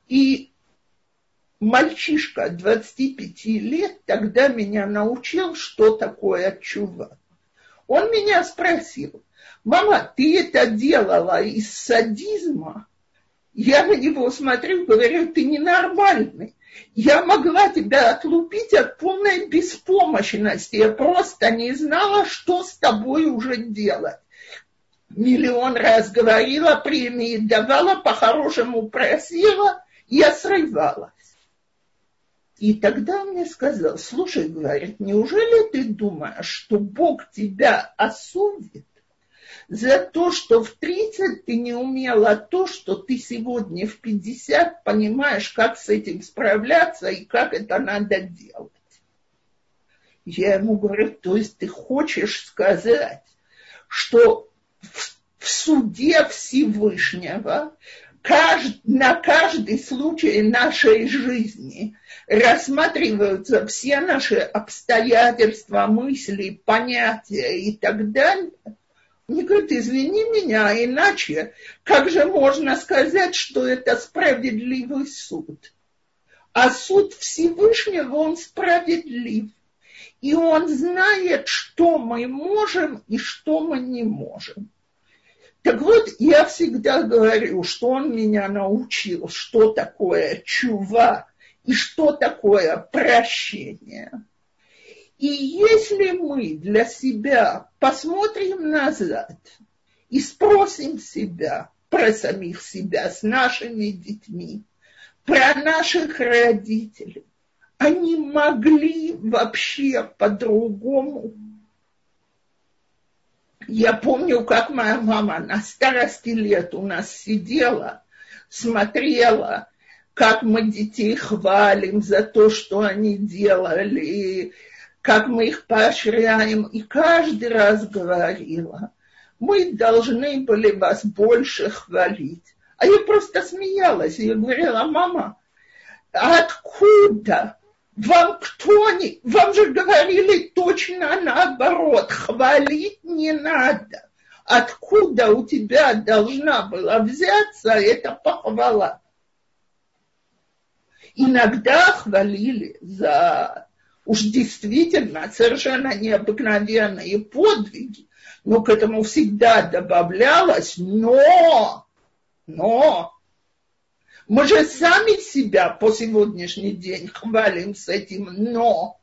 И мальчишка двадцати пяти лет тогда меня научил, что такое тшува. Он меня спросил: мама, ты это делала из садизма? Я на него смотрю, говорю: ты ненормальный. Я могла тебя отлупить от полной беспомощности. Я просто не знала, что с тобой уже делать. Миллион раз говорила, премии давала, по-хорошему просила, я срывалась. И тогда он мне сказал: слушай, говорит, неужели ты думаешь, что Бог тебя осудит за то, что в тридцать ты не умела то, что ты сегодня в пятьдесят понимаешь, как с этим справляться и как это надо делать? Я ему говорю: то есть ты хочешь сказать, что в, в суде Всевышнего кажд, на каждый случай нашей жизни рассматриваются все наши обстоятельства, мысли, понятия и так далее? Он говорит: извини меня, иначе как же можно сказать, что это справедливый суд? А суд Всевышнего, он справедлив. И он знает, что мы можем и что мы не можем. Так вот, я всегда говорю, что он меня научил, что такое тшува и что такое прощение. И если мы для себя посмотрим назад и спросим себя про самих себя с нашими детьми, про наших родителей, они могли вообще по-другому? Я помню, как моя мама на старости лет у нас сидела, смотрела, как мы детей хвалим за то, что они делали, как мы их поощряем, и каждый раз говорила: мы должны были вас больше хвалить. А я просто смеялась, и я говорила: мама, откуда? Вам кто не... Вам же говорили точно наоборот, хвалить не надо. Откуда у тебя должна была взяться эта похвала? Иногда хвалили за уж действительно совершенно необыкновенные подвиги, но к этому всегда добавлялось «но». Но мы же сами себя по сегодняшний день хвалим с этим «но».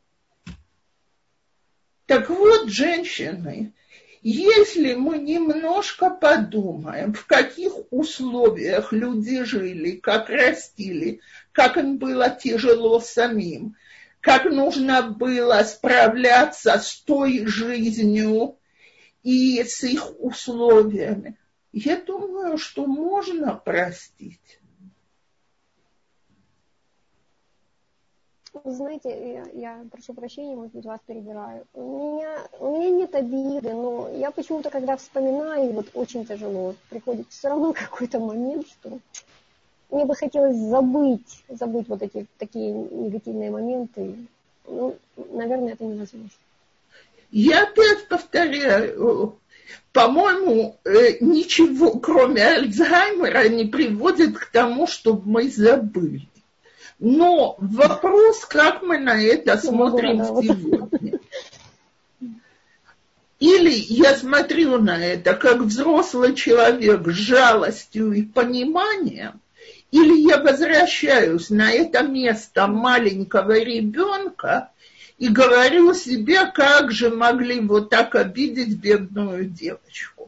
Так вот, женщины, если мы немножко подумаем, в каких условиях люди жили, как растили, как им было тяжело самим, как нужно было справляться с той жизнью и с их условиями, я думаю, что можно простить. Знаете, я, я прошу прощения, может быть, вас перебираю. У меня, у меня нет обиды, но я почему-то, когда вспоминаю, вот очень тяжело, приходит все равно какой-то момент, что мне бы хотелось забыть, забыть вот эти такие негативные моменты. Ну, наверное, это невозможно. Я опять повторяю, по-моему, ничего, кроме Альцгеймера, не приводит к тому, чтобы мы забыли. Но вопрос, как мы на это смотрим сегодня. Или я смотрю на это как взрослый человек с жалостью и пониманием, или я возвращаюсь на это место маленького ребенка и говорю себе, как же могли вот так обидеть бедную девочку.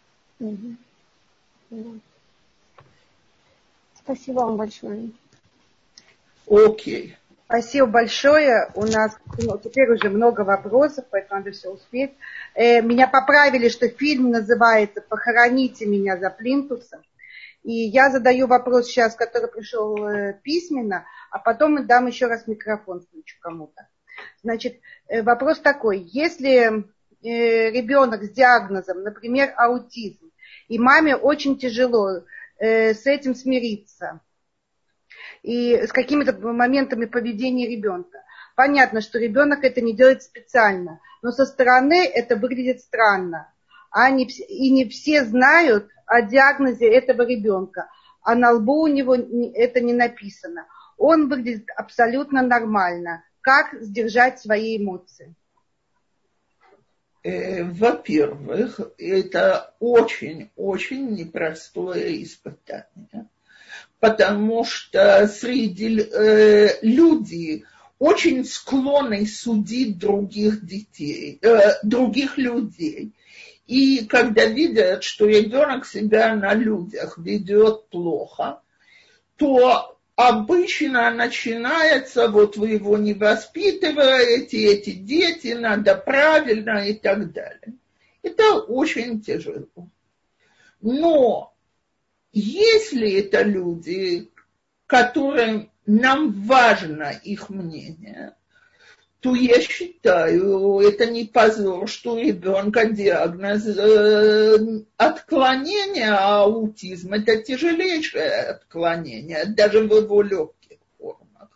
Спасибо вам большое. Окей. Спасибо большое. У нас ну, теперь уже много вопросов, поэтому надо все успеть. Э, меня поправили, что фильм называется «Похороните меня за плинтусом». И я задаю вопрос сейчас, который пришел э, письменно, а потом дам еще раз микрофон, включу кому-то. Значит, э, вопрос такой. Если э, ребенок с диагнозом, например, аутизм, и маме очень тяжело э, с этим смириться, и с какими-то моментами поведения ребенка. Понятно, что ребенок это не делает специально, но со стороны это выглядит странно. Они, и не все знают о диагнозе этого ребенка. а на лбу у него это не написано. Он выглядит абсолютно нормально. Как сдержать свои эмоции? Во-первых, это очень-очень непростое испытание, потому что среди э, людей очень склонны судить других детей, э, других людей. И когда видят, что ребенок себя на людях ведет плохо, то обычно начинается, вот вы его не воспитываете, эти дети, надо правильно и так далее. Это очень тяжело. Но если это люди, которым нам важно их мнение, то я считаю, это не позор, что у ребенка диагноз э, отклонения, а аутизм – это тяжелейшее отклонение, даже в его легких формах.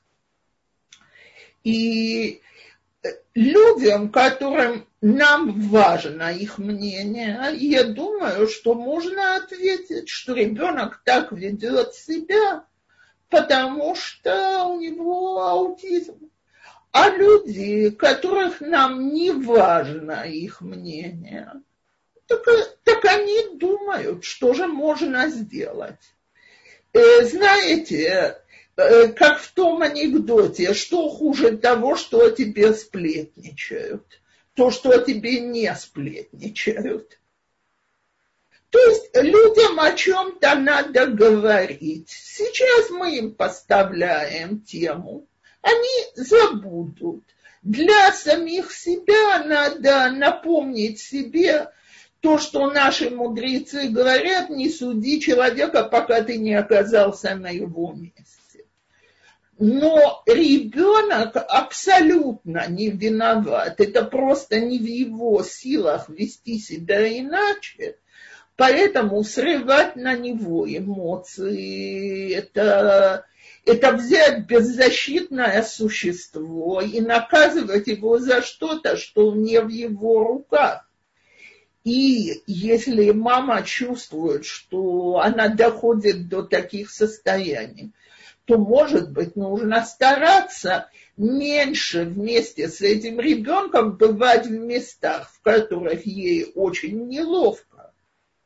И людям, которым нам важно их мнение, я думаю, что можно ответить, что ребенок так ведет себя, потому что у него аутизм. А люди, которых нам не важно их мнение, так, так они думают, что же можно сделать. Э, знаете, э, как в том анекдоте, что хуже того, что о тебе сплетничают, то, что о тебе не сплетничают. То есть людям о чем-то надо говорить. Сейчас мы им поставляем тему. Они забудут. Для самих себя надо напомнить себе то, что наши мудрецы говорят: не суди человека, пока ты не оказался на его месте. Но ребенок абсолютно не виноват. Это просто не в его силах вести себя иначе. Поэтому срывать на него эмоции – это... Это взять беззащитное существо и наказывать его за что-то, что не в его руках. И если мама чувствует, что она доходит до таких состояний, то, может быть, нужно стараться меньше вместе с этим ребенком бывать в местах, в которых ей очень неловко.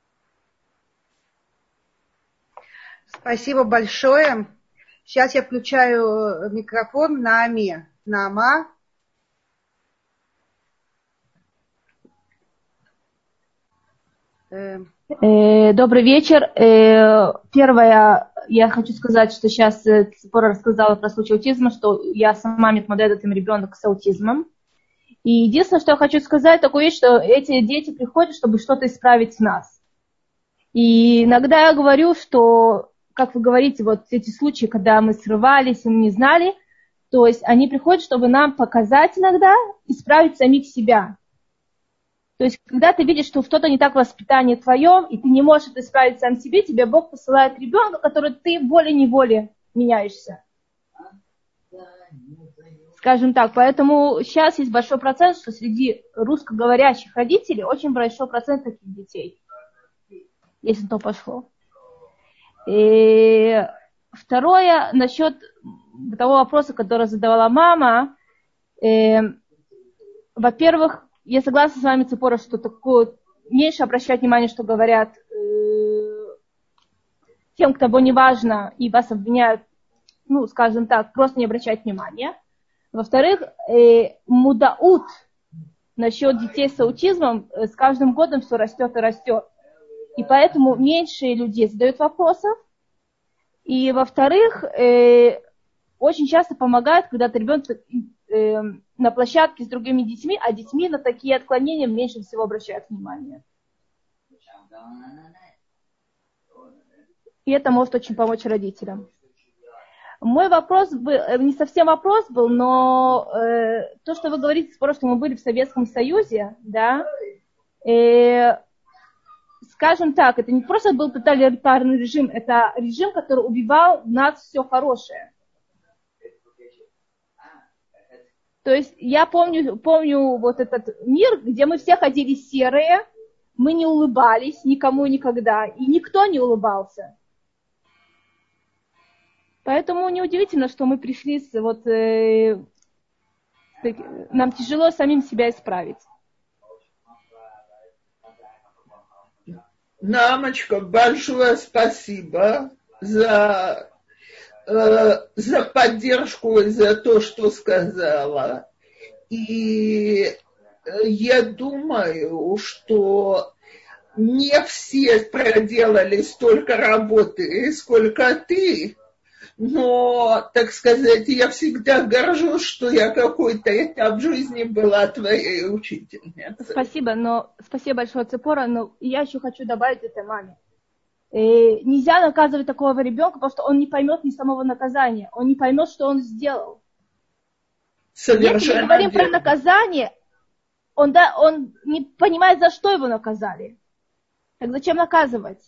Спасибо большое. Сейчас я включаю микрофон Нааме. Наама. Добрый вечер. Первое, я хочу сказать, что сейчас Ципора рассказала про случай аутизма, что я сама метмодедетем ребенок с аутизмом. И единственное, что я хочу сказать, такое вещь, что эти дети приходят, чтобы что-то исправить в нас. И иногда я говорю, что, как вы говорите, вот эти случаи, когда мы срывались и мы не знали, то есть они приходят, чтобы нам показать иногда, исправить самих себя. То есть когда ты видишь, что что-то не так в воспитании твоем, и ты не можешь это исправить сам себе, тебе Бог посылает ребенка, который ты волей-неволей меняешься. Скажем так, поэтому сейчас есть большой процент, что среди русскоговорящих родителей очень большой процент таких детей, если на то пошло. И второе, насчет того вопроса, который задавала мама. Э, во-первых, я согласна с вами, Ципора, что такое, меньше обращать внимание, что говорят э, тем, кого не важно, и вас обвиняют, ну, скажем так, просто не обращать внимания. Во-вторых, э, мудаут насчет детей с аутизмом э, с каждым годом все растет и растет. И поэтому меньше людей задают вопросов. И, во-вторых, э, очень часто помогает, когда ты ребенок э, на площадке с другими детьми, а детьми на такие отклонения меньше всего обращают внимание. И это может очень помочь родителям. Мой вопрос был, не совсем вопрос был, но э, то, что вы говорите, что мы были в Советском Союзе, да, э, скажем так, это не просто был тоталитарный режим, это режим, который убивал в нас все хорошее. То есть я помню, помню вот этот мир, где мы все ходили серые, мы не улыбались никому никогда, и никто не улыбался. Поэтому неудивительно, что мы пришли с вот э, нам тяжело самим себя исправить. Намочка, большое спасибо за, э, за поддержку и за то, что сказала. И я думаю, что не все проделали столько работы, сколько ты. Но, так сказать, я всегда горжусь, что я какой-то этап жизни была твоей учительницей. Спасибо, но спасибо большое, Ципора, но я еще хочу добавить этой маме. И нельзя наказывать такого ребенка, потому что он не поймет ни самого наказания, он не поймет, что он сделал. Совершенно Если мы говорим верно. про наказание, он, да, он не понимает, за что его наказали. Так зачем наказывать?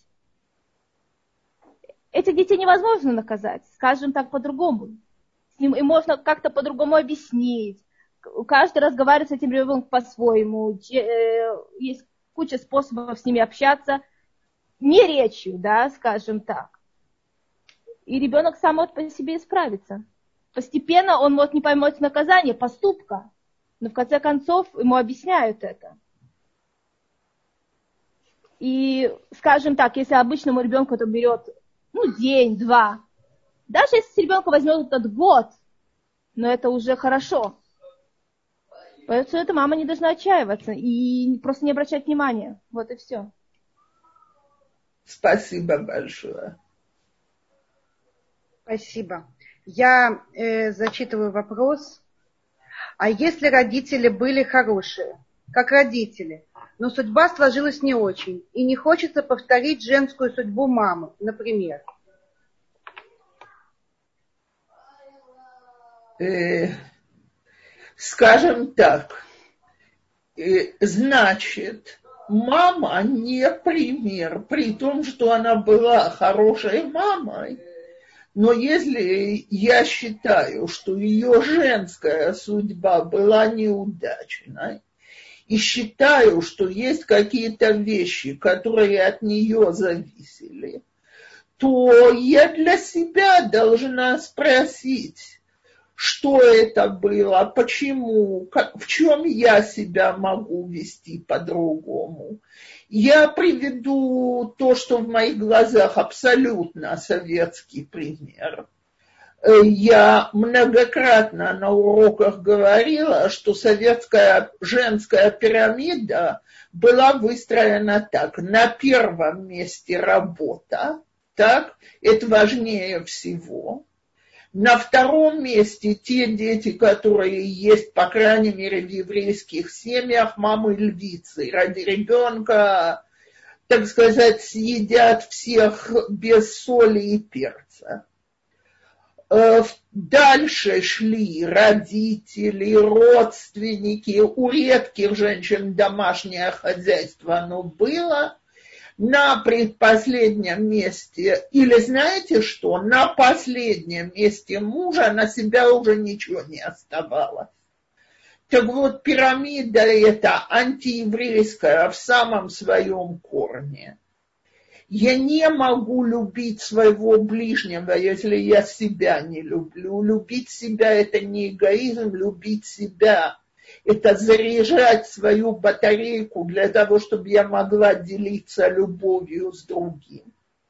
Этих детей невозможно наказать, скажем так, по-другому. С ним и можно как-то по-другому объяснить. Каждый разговаривает с этим ребенком по-своему. Есть куча способов с ними общаться. Не речью, да, скажем так. И ребенок сам может по себе исправиться. Постепенно он может не поймать наказание, поступка. Но в конце концов ему объясняют это. И, скажем так, если обычному ребенку это берет ну, день-два. Даже если ребенка возьмет этот год, но это уже хорошо. Поэтому эта мама не должна отчаиваться и просто не обращать внимания. Вот и все. Спасибо большое. Спасибо. Я э, зачитываю вопрос. А если родители были хорошие, как родители, но судьба сложилась не очень, и не хочется повторить женскую судьбу мамы, например? Э, скажем так, э, значит, мама не пример, при том, что она была хорошей мамой, но если я считаю, что ее женская судьба была неудачной, и считаю, что есть какие-то вещи, которые от нее зависели, то я для себя должна спросить, что это было, почему, как, в чем я себя могу вести по-другому. Я приведу то, что в моих глазах абсолютно советский пример. Я многократно на уроках говорила, что советская женская пирамида была выстроена так. На первом месте работа, так, это важнее всего. На втором месте те дети, которые есть, по крайней мере, в еврейских семьях, мамы-львицы. Ради ребенка, так сказать, съедят всех без соли и перца. Дальше шли родители, родственники, у редких женщин домашнее хозяйство оно было. На предпоследнем месте, или знаете что, на последнем месте мужа на себя уже ничего не оставалось. Так вот, пирамида это антиеврейская в самом своем корне. Я не могу любить своего ближнего, если я себя не люблю. Любить себя – это не эгоизм, любить себя – это заряжать свою батарейку для того, чтобы я могла делиться любовью с другим.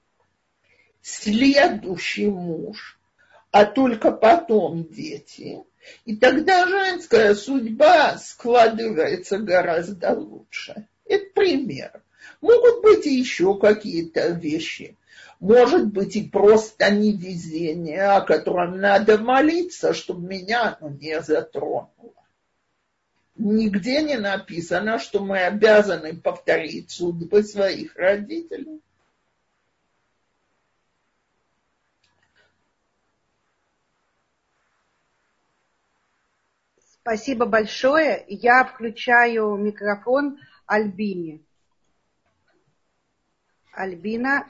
Следующий муж, а только потом дети. И тогда женская судьба складывается гораздо лучше. Это пример. Могут быть и еще какие-то вещи. Может быть и просто невезение, о котором надо молиться, чтобы меня оно не затронуло. Нигде не написано, что мы обязаны повторить судьбы своих родителей. Спасибо большое. Я включаю микрофон Альбине. Альбина.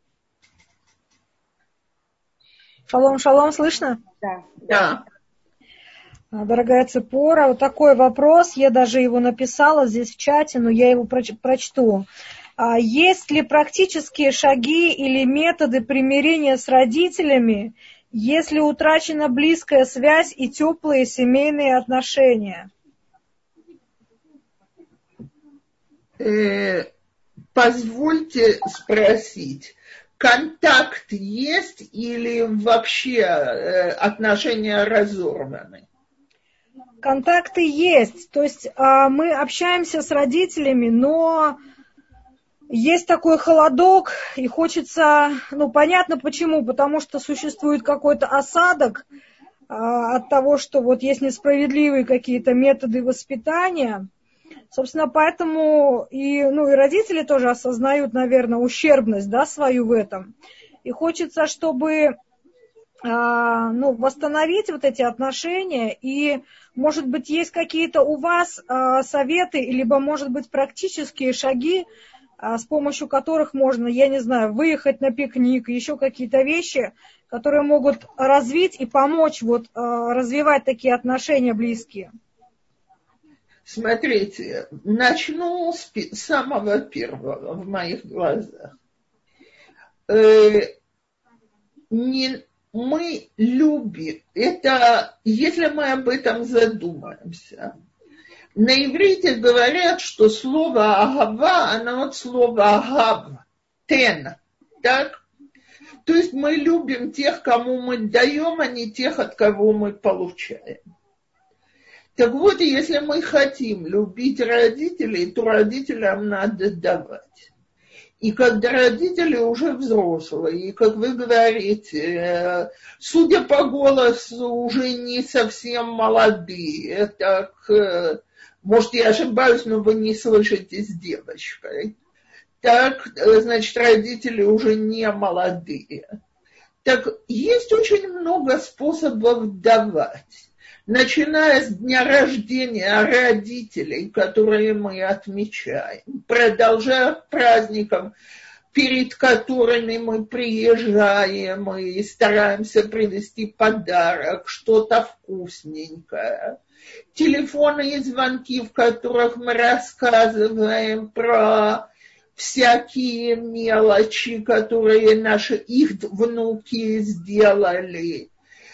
Шалом, шалом, слышно? Да. Да. Дорогая Ципора, вот такой вопрос, я даже его написала здесь в чате, но я его прочту. Есть ли практические шаги или методы примирения с родителями, если утрачена близкая связь и теплые семейные отношения? Э, позвольте спросить, контакт есть или вообще э, отношения разорваны? Контакты есть, то есть а, мы общаемся с родителями, но есть такой холодок, и хочется, ну понятно почему, потому что существует какой-то осадок а, от того, что вот есть несправедливые какие-то методы воспитания. Собственно, поэтому и, ну, и родители тоже осознают, наверное, ущербность, да, свою в этом. И хочется, чтобы а, ну, восстановить вот эти отношения, и, может быть, есть какие-то у вас а, советы, либо, может быть, практические шаги, а, с помощью которых можно, я не знаю, выехать на пикник, еще какие-то вещи, которые могут развить и помочь вот, а, развивать такие отношения близкие. Смотрите, начну с самого первого в моих глазах. Э, не, мы любим, это, если мы об этом задумаемся, на иврите говорят, что слово агава, оно от слова агав, тен, так? То есть мы любим тех, кому мы даем, а не тех, от кого мы получаем. Так вот, если мы хотим любить родителей, то родителям надо давать. И когда родители уже взрослые, и, как вы говорите, судя по голосу, уже не совсем молодые, так, может, я ошибаюсь, но вы не слышите с девочкой, так, значит, родители уже не молодые. Так есть очень много способов давать. Начиная с дня рождения родителей, которые мы отмечаем, продолжая праздником, перед которыми мы приезжаем и стараемся принести подарок, что-то вкусненькое. Телефонные звонки, в которых мы рассказываем про всякие мелочи, которые наши их внуки сделали.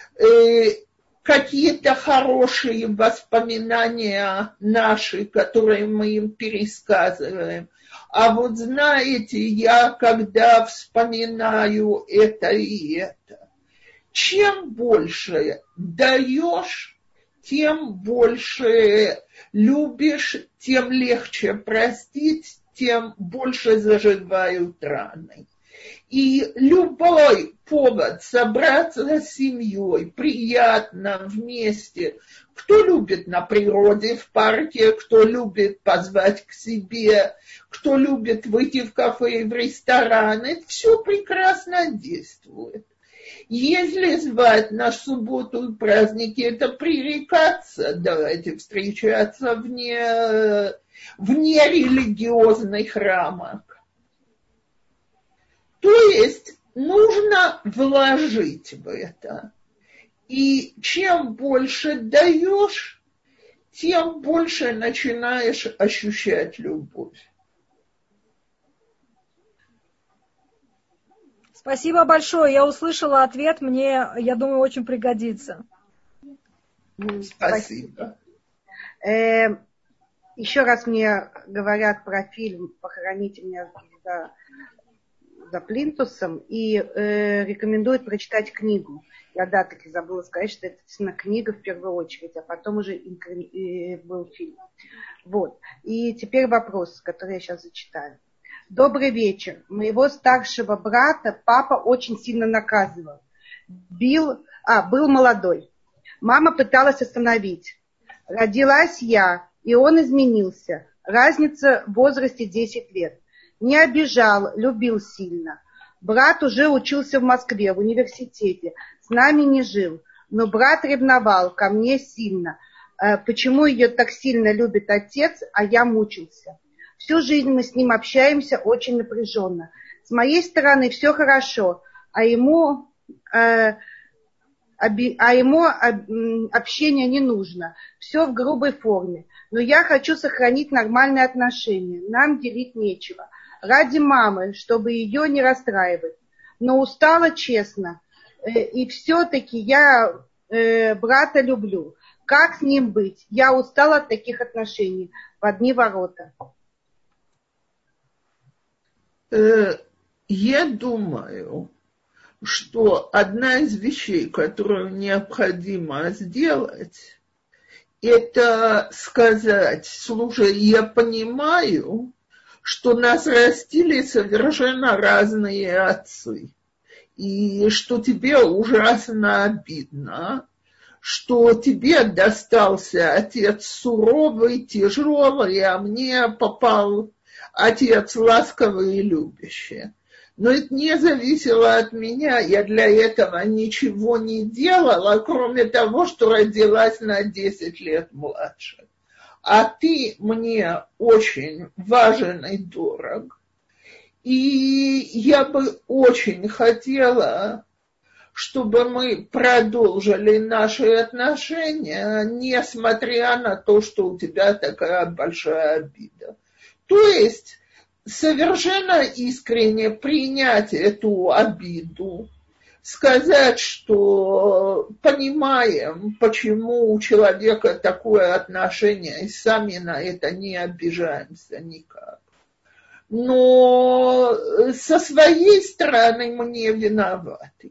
Какие-то хорошие воспоминания наши, которые мы им пересказываем. А вот знаете, я когда вспоминаю это и это, чем больше даешь, тем больше любишь, тем легче простить, тем больше заживают раны. И любой повод собраться с семьей, приятно, вместе. Кто любит на природе, в парке, кто любит позвать к себе, кто любит выйти в кафе и в ресторан, это все прекрасно действует. Если звать на субботу и праздники, это пререкаться, давайте встречаться вне, вне религиозных рамок. То есть нужно вложить в это. И чем больше даешь, тем больше начинаешь ощущать любовь. Спасибо большое. Я услышала ответ. Мне, я думаю, очень пригодится. Спасибо. Э, еще раз мне говорят про фильм «Похороните меня за, за плинтусом» и э, рекомендуют прочитать книгу. Я, да, таки забыла сказать, что это действительно книга в первую очередь, а потом уже э, был фильм. Вот. И теперь вопрос, который я сейчас зачитаю. Добрый вечер. Моего старшего брата папа очень сильно наказывал. Бил, а, был молодой. Мама пыталась остановить. Родилась я, и он изменился. Разница в возрасте десять лет. Не обижал, любил сильно. Брат уже учился в Москве, в университете. С нами не жил. Но брат ревновал ко мне сильно. Почему ее так сильно любит отец, а я мучился? Всю жизнь мы с ним общаемся очень напряженно. С моей стороны все хорошо, а ему, э, оби, а ему об, общение не нужно. Все в грубой форме. Но я хочу сохранить нормальные отношения. Нам делить нечего. Ради мамы, чтобы ее не расстраивать. Но устала честно. и все-таки я брата люблю. Как с ним быть? Я устала от таких отношений. В одни ворота. Я думаю, что одна из вещей, которую необходимо сделать, это сказать: слушай, я понимаю, что нас растили совершенно разные отцы, и что тебе ужасно обидно, что тебе достался отец суровый, тяжелый, а мне попал отец ласковый и любящий. Но это не зависело от меня, я для этого ничего не делала, кроме того, что родилась на десять лет младше. А ты мне очень важен и дорог. И я бы очень хотела, чтобы мы продолжили наши отношения, несмотря на то, что у тебя такая большая обида. То есть совершенно искренне принять эту обиду, сказать, что понимаем, почему у человека такое отношение, и сами на это не обижаемся никак. Но со своей стороны мы не виноваты.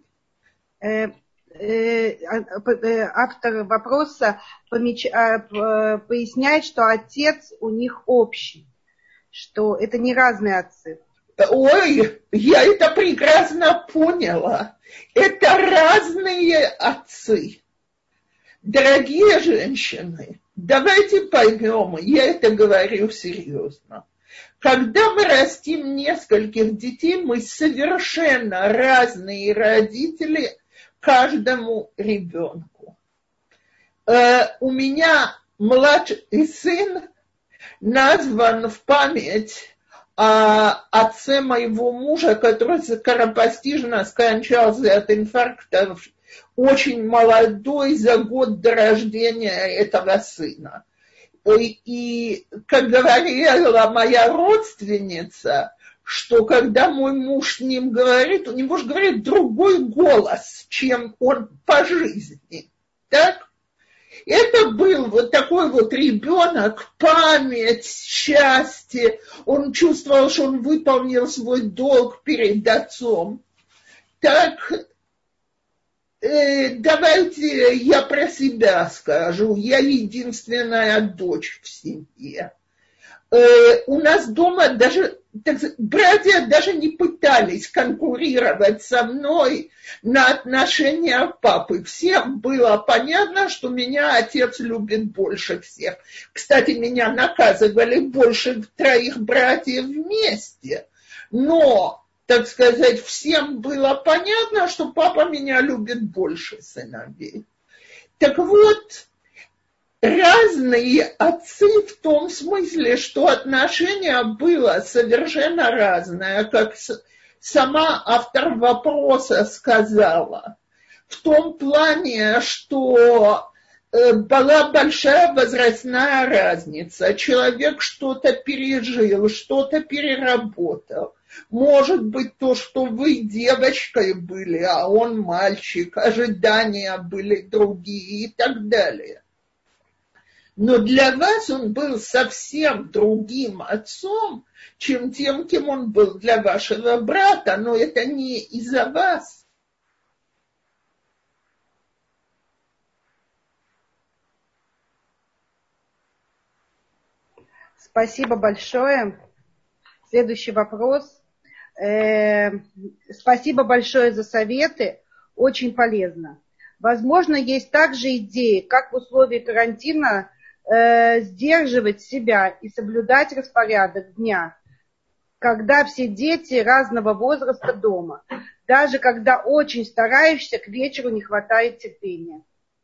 Автор вопроса поясняет, что отец у них общий, что это не разные отцы. Ой, я это прекрасно поняла. Это разные отцы. Дорогие женщины, давайте поймем, я это говорю серьезно. Когда мы растим нескольких детей, мы совершенно разные родители каждому ребенку. Э, у меня младший сын назван в память о отце моего мужа, который скоропостижно скончался от инфаркта, очень молодой, за год до рождения этого сына. И, и как говорила моя родственница, что когда мой муж с ним говорит, у него же говорит другой голос, чем он по жизни. Так? Это был вот такой вот ребенок, память, счастье. Он чувствовал, что он выполнил свой долг перед отцом. Так, э, давайте я про себя скажу. Я единственная дочь в семье. Э, у нас дома даже, так сказать, братья даже не пытались конкурировать со мной на отношения папы. Всем было понятно, что меня отец любит больше всех. Кстати, меня наказывали больше троих братьев вместе. Но, так сказать, всем было понятно, что папа меня любит больше сыновей. Так вот, разные отцы в том смысле, что отношение было совершенно разное, как сама автор вопроса сказала. В том плане, что была большая возрастная разница. Человек что-то пережил, что-то переработал. Может быть, то, что вы девочкой были, а он мальчик, ожидания были другие и так далее. Но для вас он был совсем другим отцом, чем тем, кем он был для вашего брата, но это не из-за вас. Спасибо большое. Следующий вопрос. Э, спасибо большое за советы. Очень полезно. Возможно, есть также идеи, как в условиях карантина э, сдерживать себя и соблюдать распорядок дня, когда все дети разного возраста дома. Даже когда очень стараешься, к вечеру не хватает терпения.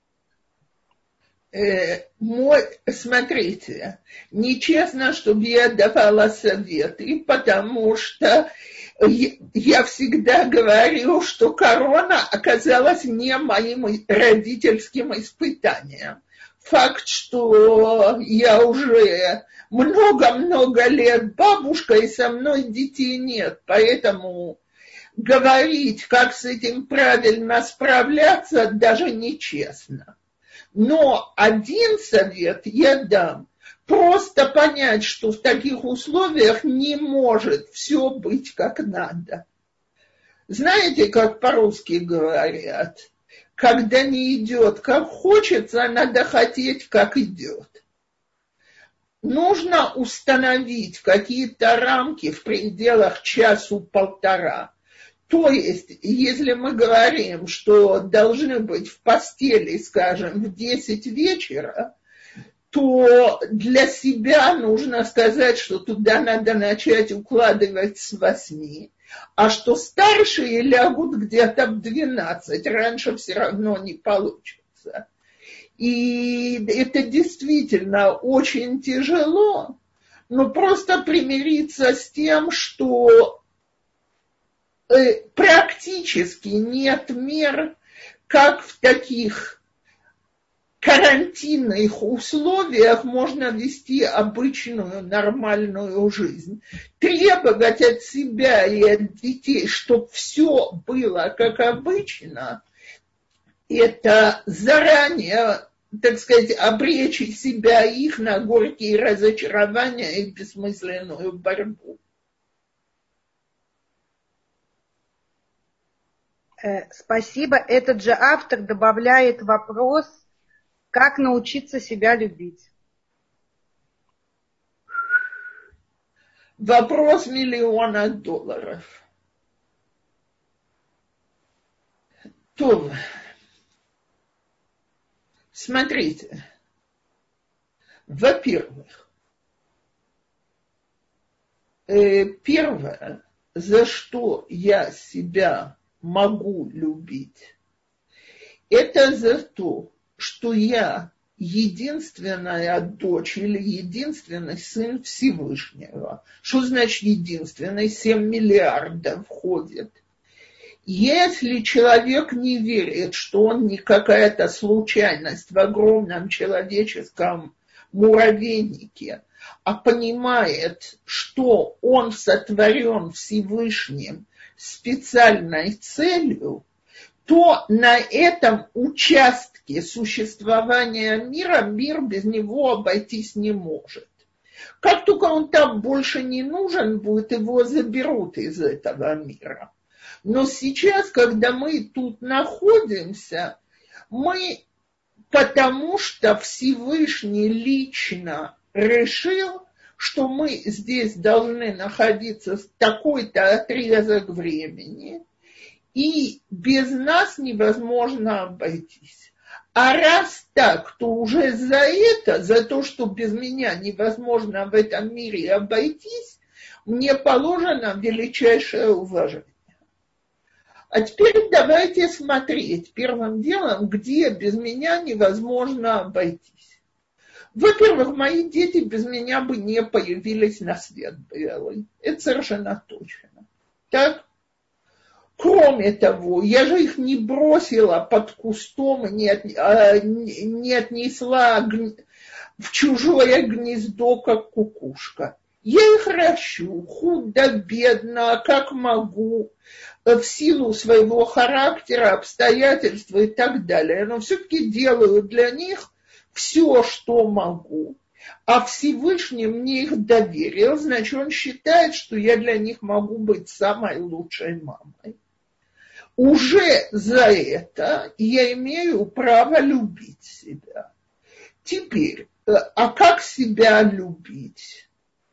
Э, мой, смотрите, нечестно, чтобы я давала советы, потому что я, я всегда говорю, что корона оказалась не моим родительским испытанием. Факт, что я уже много-много лет бабушка, и со мной детей нет, поэтому говорить, как с этим правильно справляться, даже нечестно. Но один совет я дам. Просто понять, что в таких условиях не может все быть как надо. Знаете, как по-русски говорят? Когда не идет как хочется, надо хотеть как идет. Нужно установить какие-то рамки в пределах часу-полтора. То есть, если мы говорим, что должны быть в постели, скажем, в десять вечера, то для себя нужно сказать, что туда надо начать укладывать с восьми, а что старшие лягут где-то в двенадцать, раньше все равно не получится. И это действительно очень тяжело, но просто примириться с тем, что практически нет мер, как в таких карантинных условиях можно вести обычную нормальную жизнь. Требовать от себя и от детей, чтобы все было как обычно, это заранее, так сказать, обречь себя их на горькие разочарования и бессмысленную борьбу. Спасибо. Этот же автор добавляет вопрос, как научиться себя любить. Вопрос миллиона долларов. То, смотрите, во-первых, э, первое, за что я себя могу любить, это за то, что я единственная дочь или единственный сын Всевышнего. Что значит единственный? семь миллиардов входит. Если человек не верит, что он не какая-то случайность в огромном человеческом муравейнике, а понимает, что он сотворен Всевышним специальной целью, то на этом участке существования мира мир без него обойтись не может. Как только он там больше не нужен будет, его заберут из этого мира. Но сейчас, когда мы тут находимся, мы, потому что Всевышний лично решил, что мы здесь должны находиться в такой-то отрезок времени, и без нас невозможно обойтись. А раз так, то уже за это, за то, что без меня невозможно в этом мире обойтись, мне положено величайшее уважение. А теперь давайте смотреть первым делом, где без меня невозможно обойтись. Во-первых, мои дети без меня бы не появились на свет белый. Это совершенно точно. Так? Кроме того, я же их не бросила под кустом и не, от, а, не, не отнесла гн... в чужое гнездо, как кукушка. Я их ращу худо-бедно, как могу, в силу своего характера, обстоятельств и так далее. Но все-таки делаю для них все, что могу. А Всевышний мне их доверил, значит, он считает, что я для них могу быть самой лучшей мамой. Уже за это я имею право любить себя. Теперь, а как себя любить?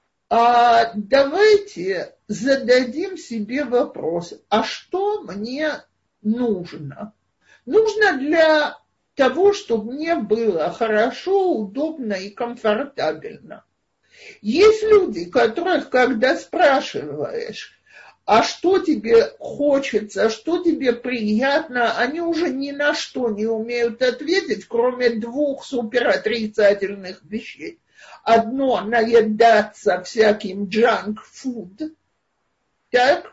А давайте зададим себе вопрос, а что мне нужно? Нужно для того, чтобы мне было хорошо, удобно и комфортабельно. Есть люди, которых, когда спрашиваешь, а что тебе хочется, что тебе приятно, они уже ни на что не умеют ответить, кроме двух суперотрицательных вещей. Одно – наедаться всяким джанк-фуд, так?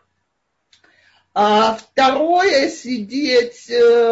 А второе – сидеть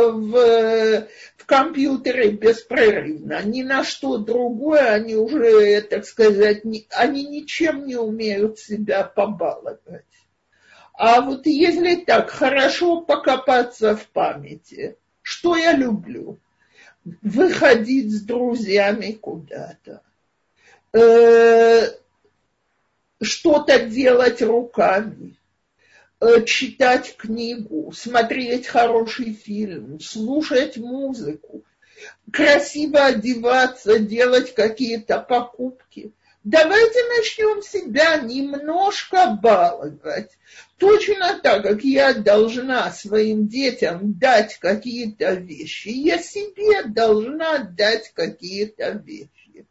в, в компьютере беспрерывно. Ни на что другое они уже, так сказать, не, они ничем не умеют себя побаловать. А вот если так хорошо покопаться в памяти, что я люблю? Выходить с друзьями куда-то, э, что-то делать руками, э, читать книгу, смотреть хороший фильм, слушать музыку, красиво одеваться, делать какие-то покупки. Давайте начнем себя немножко баловать. Точно так, как я должна своим детям дать какие-то вещи, я себе должна дать какие-то вещи.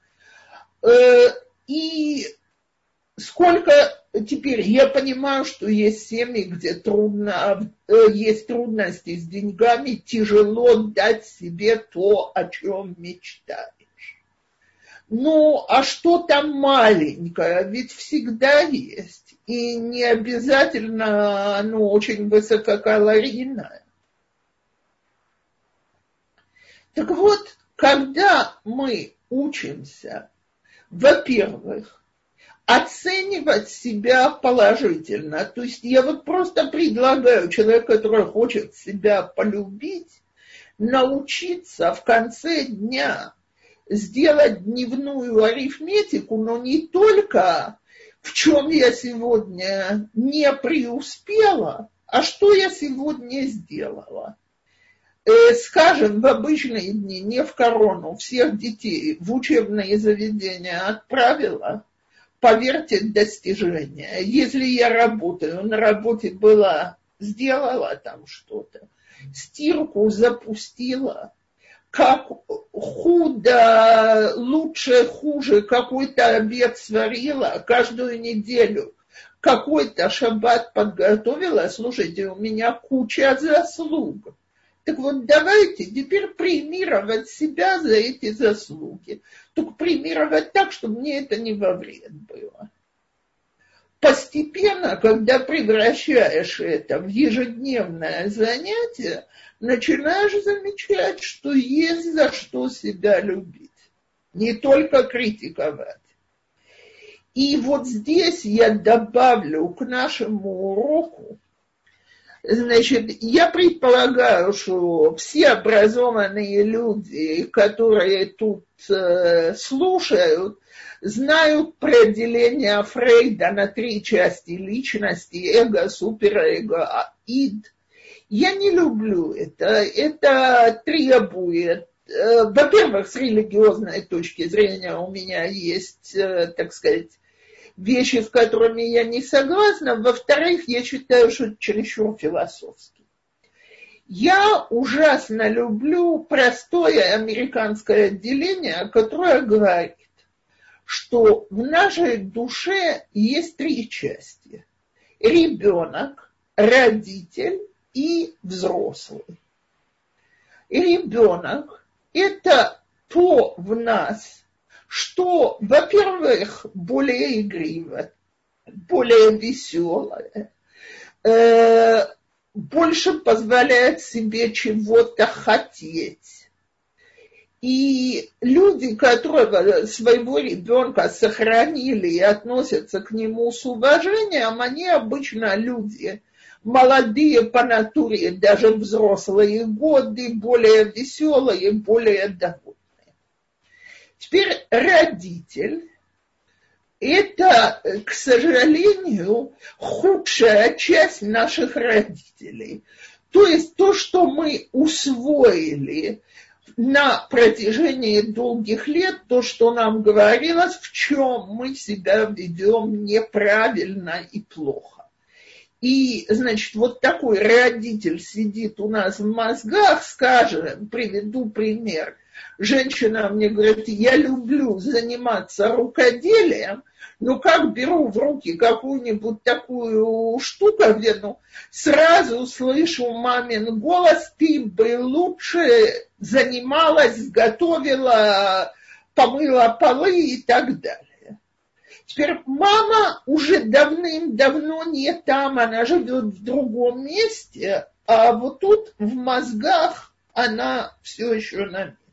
И сколько теперь я понимаю, что есть семьи, где трудно, есть трудности с деньгами, тяжело дать себе то, о чем мечтаешь. Ну, а что-то маленькое ведь всегда есть. И не обязательно оно очень высококалорийное. Так вот, когда мы учимся, во-первых, оценивать себя положительно, то есть я вот просто предлагаю человеку, который хочет себя полюбить, научиться в конце дня сделать дневную арифметику, но не только в чем я сегодня не преуспела, а что я сегодня сделала. Э, скажем, в обычные дни, не в корону, всех детей в учебные заведения отправила, поверьте, достижения. Если я работаю, на работе была, сделала там что-то, стирку запустила, как худо, лучше, хуже, какой-то обед сварила, каждую неделю какой-то шаббат подготовила, слушайте, у меня куча заслуг. Так вот, давайте теперь премировать себя за эти заслуги. Только премировать так, чтобы мне это не во вред было. Постепенно, когда превращаешь это в ежедневное занятие, начинаешь замечать, что есть за что себя любить, не только критиковать. И вот здесь я добавлю к нашему уроку, значит, я предполагаю, что все образованные люди, которые тут э, слушают, знают про деление Фрейда на три части личности: эго, суперэго, ид. Я не люблю это. Это требует, э, во-первых, с религиозной точки зрения у меня есть, э, так сказать, вещи, с которыми я не согласна. Во-вторых, я считаю, что это чересчур философски. Я ужасно люблю простое американское отделение, которое говорит, что в нашей душе есть три части: ребенок, родитель и взрослый. И ребенок – это то в нас, что, во-первых, более игриво, более веселое, э, больше позволяет себе чего-то хотеть. И люди, которые своего ребенка сохранили и относятся к нему с уважением, они обычно люди молодые по натуре, даже взрослые годы, более веселые, более довольные. Теперь родитель – это, к сожалению, худшая часть наших родителей. То есть то, что мы усвоили на протяжении долгих лет, то, что нам говорилось, в чем мы себя ведем неправильно и плохо. И, значит, вот такой родитель сидит у нас в мозгах, скажем, приведу пример. Женщина мне говорит: я люблю заниматься рукоделием, но как беру в руки какую-нибудь такую штуку, ну, сразу слышу мамин голос: ты бы лучше занималась, готовила, помыла полы и так далее. Теперь мама уже давным-давно не там, она живет в другом месте, а вот тут в мозгах она все еще на месте.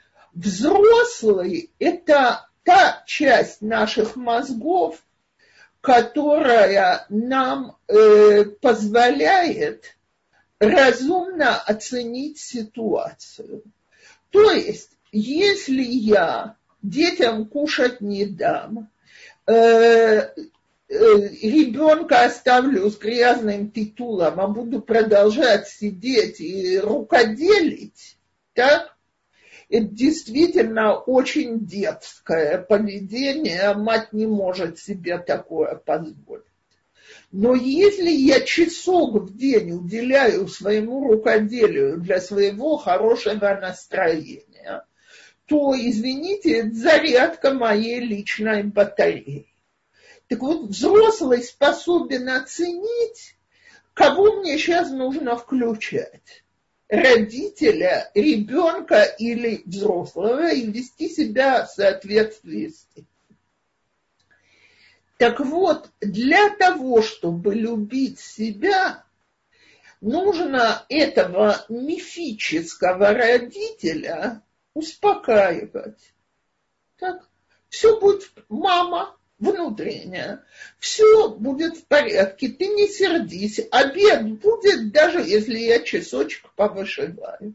Взрослый – это та часть наших мозгов, которая нам э, позволяет разумно оценить ситуацию. То есть, если я детям кушать не дам, э, ребенка оставлю с грязным титулом, а буду продолжать сидеть и рукоделить, так? Это действительно очень детское поведение, мать не может себе такое позволить. Но если я часок в день уделяю своему рукоделию для своего хорошего настроения, то, извините, это зарядка моей личной батареи. Так вот, взрослый способен оценить, кого мне сейчас нужно включать. Родителя, ребенка или взрослого, и вести себя в соответствии с этим. Так вот, для того, чтобы любить себя, нужно этого мифического родителя успокаивать. Так, все будет, мама внутренняя, все будет в порядке, ты не сердись, обед будет, даже если я часочек повышиваю.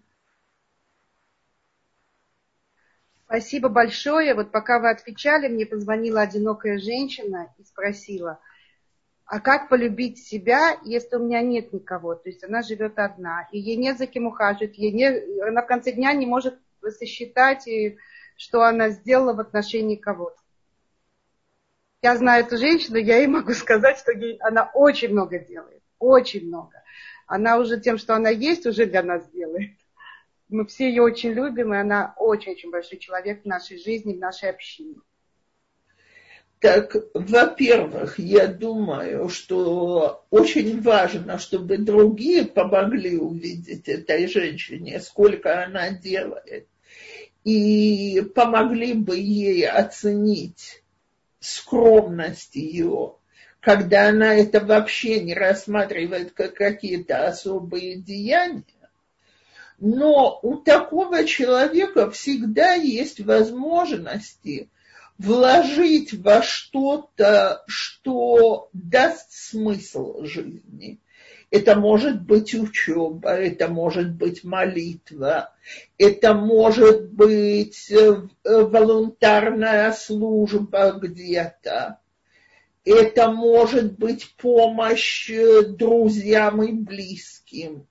Спасибо большое. Вот пока вы отвечали, мне позвонила одинокая женщина и спросила, а как полюбить себя, если у меня нет никого? То есть она живет одна, и ей нет за кем ухаживать, ей не, она в конце дня не может сосчитать, что она сделала в отношении кого-то. Я знаю эту женщину, я ей могу сказать, что ей, она очень много делает, очень много. Она уже тем, что она есть, уже для нас делает. Мы все ее очень любим, и она очень-очень большой человек в нашей жизни, в нашей общине. Так, во-первых, я думаю, что очень важно, чтобы другие помогли увидеть этой женщине, сколько она делает, и помогли бы ей оценить скромность ее, когда она это вообще не рассматривает как какие-то особые деяния. Но у такого человека всегда есть возможности вложить во что-то, что даст смысл жизни. Это может быть учеба, это может быть молитва, это может быть волонтарная служба где-то, это может быть помощь друзьям и близким.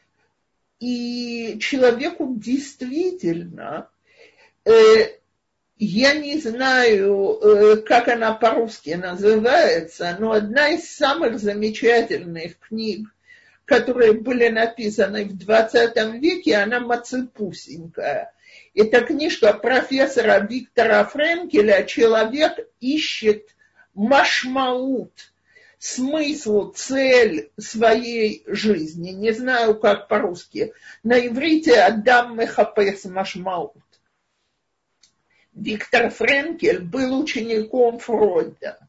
И человеку действительно, э, я не знаю, э, как она по-русски называется, но одна из самых замечательных книг, которые были написаны в двадцатом веке, она мацепусенькая. Это книжка профессора Виктора Френкеля «Человек ищет машмаут», смысл, цель своей жизни. Не знаю, как по-русски. На иврите «Адам мехапес машмаут». Виктор Френкель был учеником Фройда.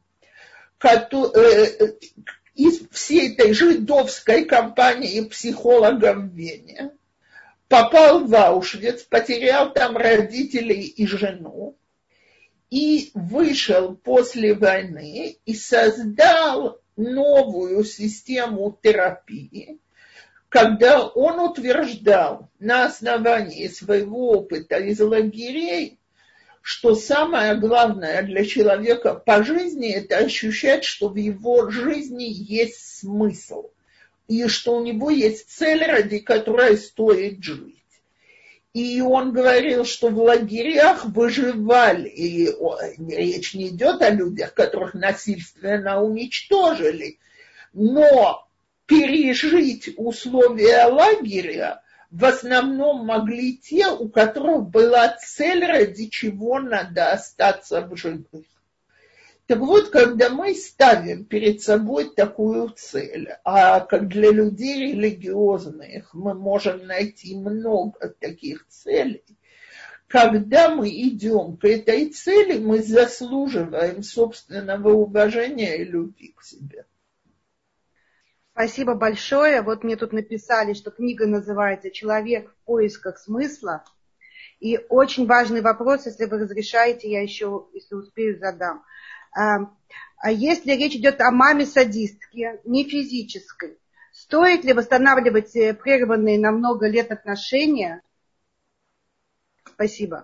Из всей этой жидовской компании психологов в Вене попал в Аушвиц, потерял там родителей и жену, и вышел после войны и создал новую систему терапии, когда он утверждал на основании своего опыта из лагерей, что самое главное для человека по жизни – это ощущать, что в его жизни есть смысл, и что у него есть цель, ради которой стоит жить. И он говорил, что в лагерях выживали, и речь не идет о людях, которых насильственно уничтожили, но пережить условия лагеря в основном могли те, у которых была цель, ради чего надо остаться в живых. Так вот, когда мы ставим перед собой такую цель, а как для людей религиозных мы можем найти много таких целей, когда мы идем к этой цели, мы заслуживаем собственного уважения и любви к себе. Спасибо большое. Вот мне тут написали, что книга называется «Человек в поисках смысла». И очень важный вопрос, если вы разрешаете, я еще, если успею, задам. А если речь идет о маме-садистке, не физической, стоит ли восстанавливать прерванные на много лет отношения? Спасибо.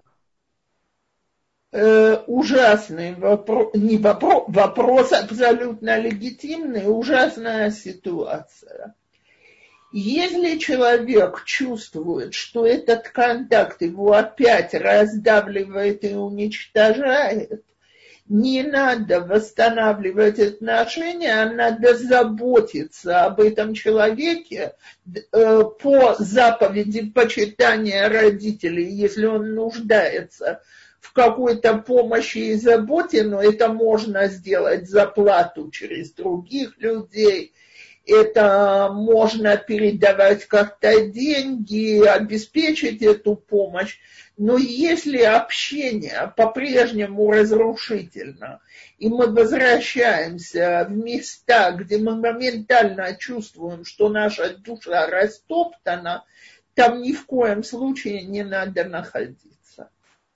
Э, ужасный вопрос, не вопрос, вопрос абсолютно легитимный, ужасная ситуация. Если человек чувствует, что этот контакт его опять раздавливает и уничтожает, не надо восстанавливать отношения, а надо заботиться об этом человеке э, по заповеди почитания родителей, если он нуждается в какой-то помощи и заботе, но это можно сделать за плату через других людей, это можно передавать как-то деньги, обеспечить эту помощь. Но если общение по-прежнему разрушительно, и мы возвращаемся в места, где мы моментально чувствуем, что наша душа растоптана, там ни в коем случае не надо находиться.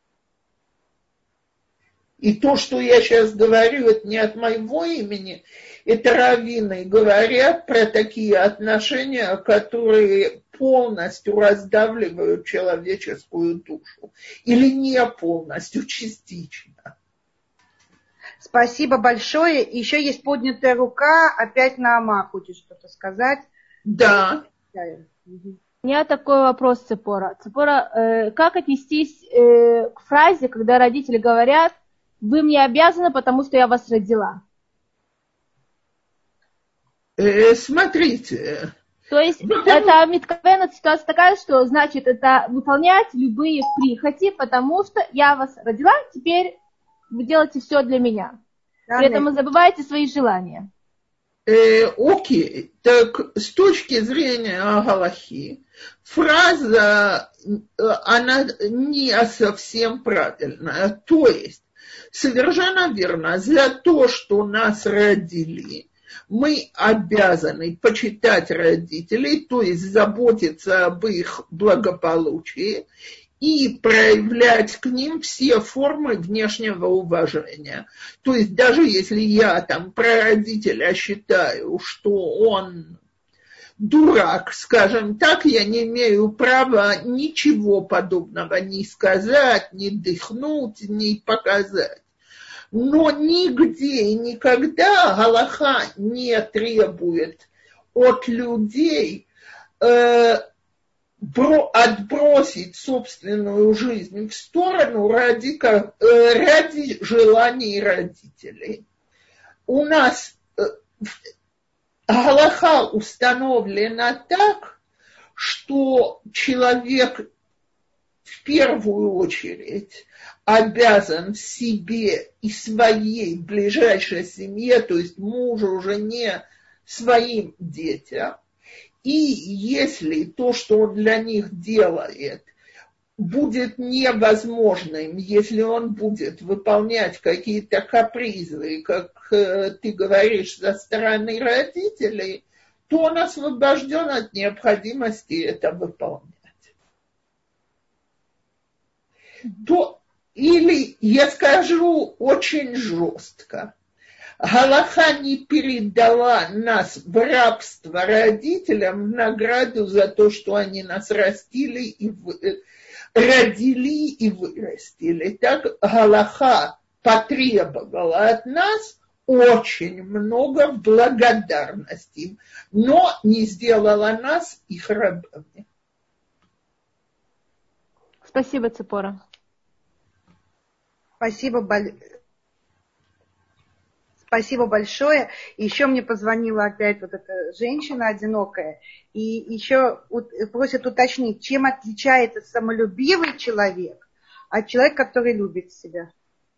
И то, что я сейчас говорю, это не от моего имени, это раввины говорят про такие отношения, которые полностью раздавливают человеческую душу. Или не полностью, частично. Спасибо большое. Еще есть поднятая рука. Опять Наама хочет что-то сказать. Да. У меня такой вопрос, Ципора. Ципора, э, как отнестись э, к фразе, когда родители говорят: вы мне обязаны, потому что я вас родила? Э, смотрите. То есть ну, это митковена ситуация такая, что значит это выполнять любые прихоти, потому что я вас родила, теперь вы делаете все для меня. Да, При этом вы забываете свои желания. Э, окей, так с точки зрения галахи, фраза, она не совсем правильная. То есть, совершенно верно, за то, что нас родили, мы обязаны почитать родителей, то есть заботиться об их благополучии и проявлять к ним все формы внешнего уважения. То есть даже если я там про родителя считаю, что он дурак, скажем так, я не имею права ничего подобного ни сказать, ни дыхнуть, ни показать. Но нигде и никогда галаха не требует от людей э, бро, отбросить собственную жизнь в сторону ради, как, э, ради желаний родителей. У нас э, галаха установлена так, что человек в первую очередь обязан себе и своей ближайшей семье, то есть мужу, жене, своим детям. И если то, что он для них делает, будет невозможным, если он будет выполнять какие-то капризы, как ты говоришь, со стороны родителей, то он освобожден от необходимости это выполнять. То Или, я скажу очень жестко, галаха не передала нас в рабство родителям в награду за то, что они нас растили и вы, родили и вырастили. Так галаха потребовала от нас очень много в благодарности, но не сделала нас их рабами. Спасибо, Ципора. Спасибо, Спасибо большое. Еще мне позвонила опять вот эта женщина одинокая и еще просит уточнить, чем отличается самолюбивый человек от человека, который любит себя.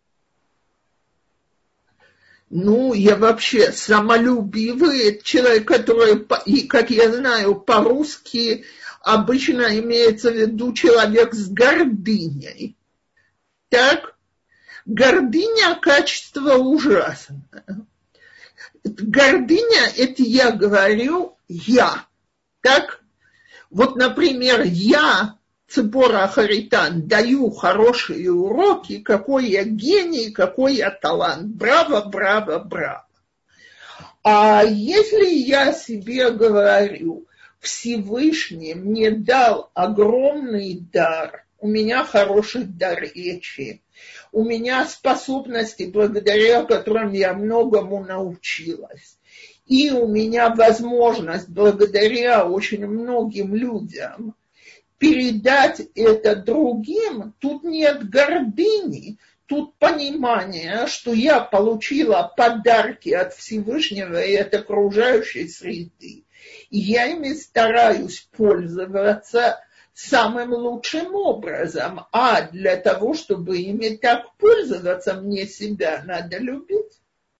Ну, я вообще самолюбивый человек, который, как я знаю, по-русски обычно имеется в виду человек с гордыней. Так? Гордыня – качество ужасное. Гордыня – это я говорю «я». Так? Вот, например, я Ципора Харитан, даю хорошие уроки, какой я гений, какой я талант. Браво, браво, браво. А если я себе говорю, Всевышний мне дал огромный дар, у меня хороший дар речи, у меня способности, благодаря которым я многому научилась, и у меня возможность, благодаря очень многим людям, передать это другим, тут нет гордыни, тут понимание, что я получила подарки от Всевышнего и от окружающей среды, и я ими стараюсь пользоваться самым лучшим образом, а для того, чтобы ими так пользоваться, мне себя надо любить.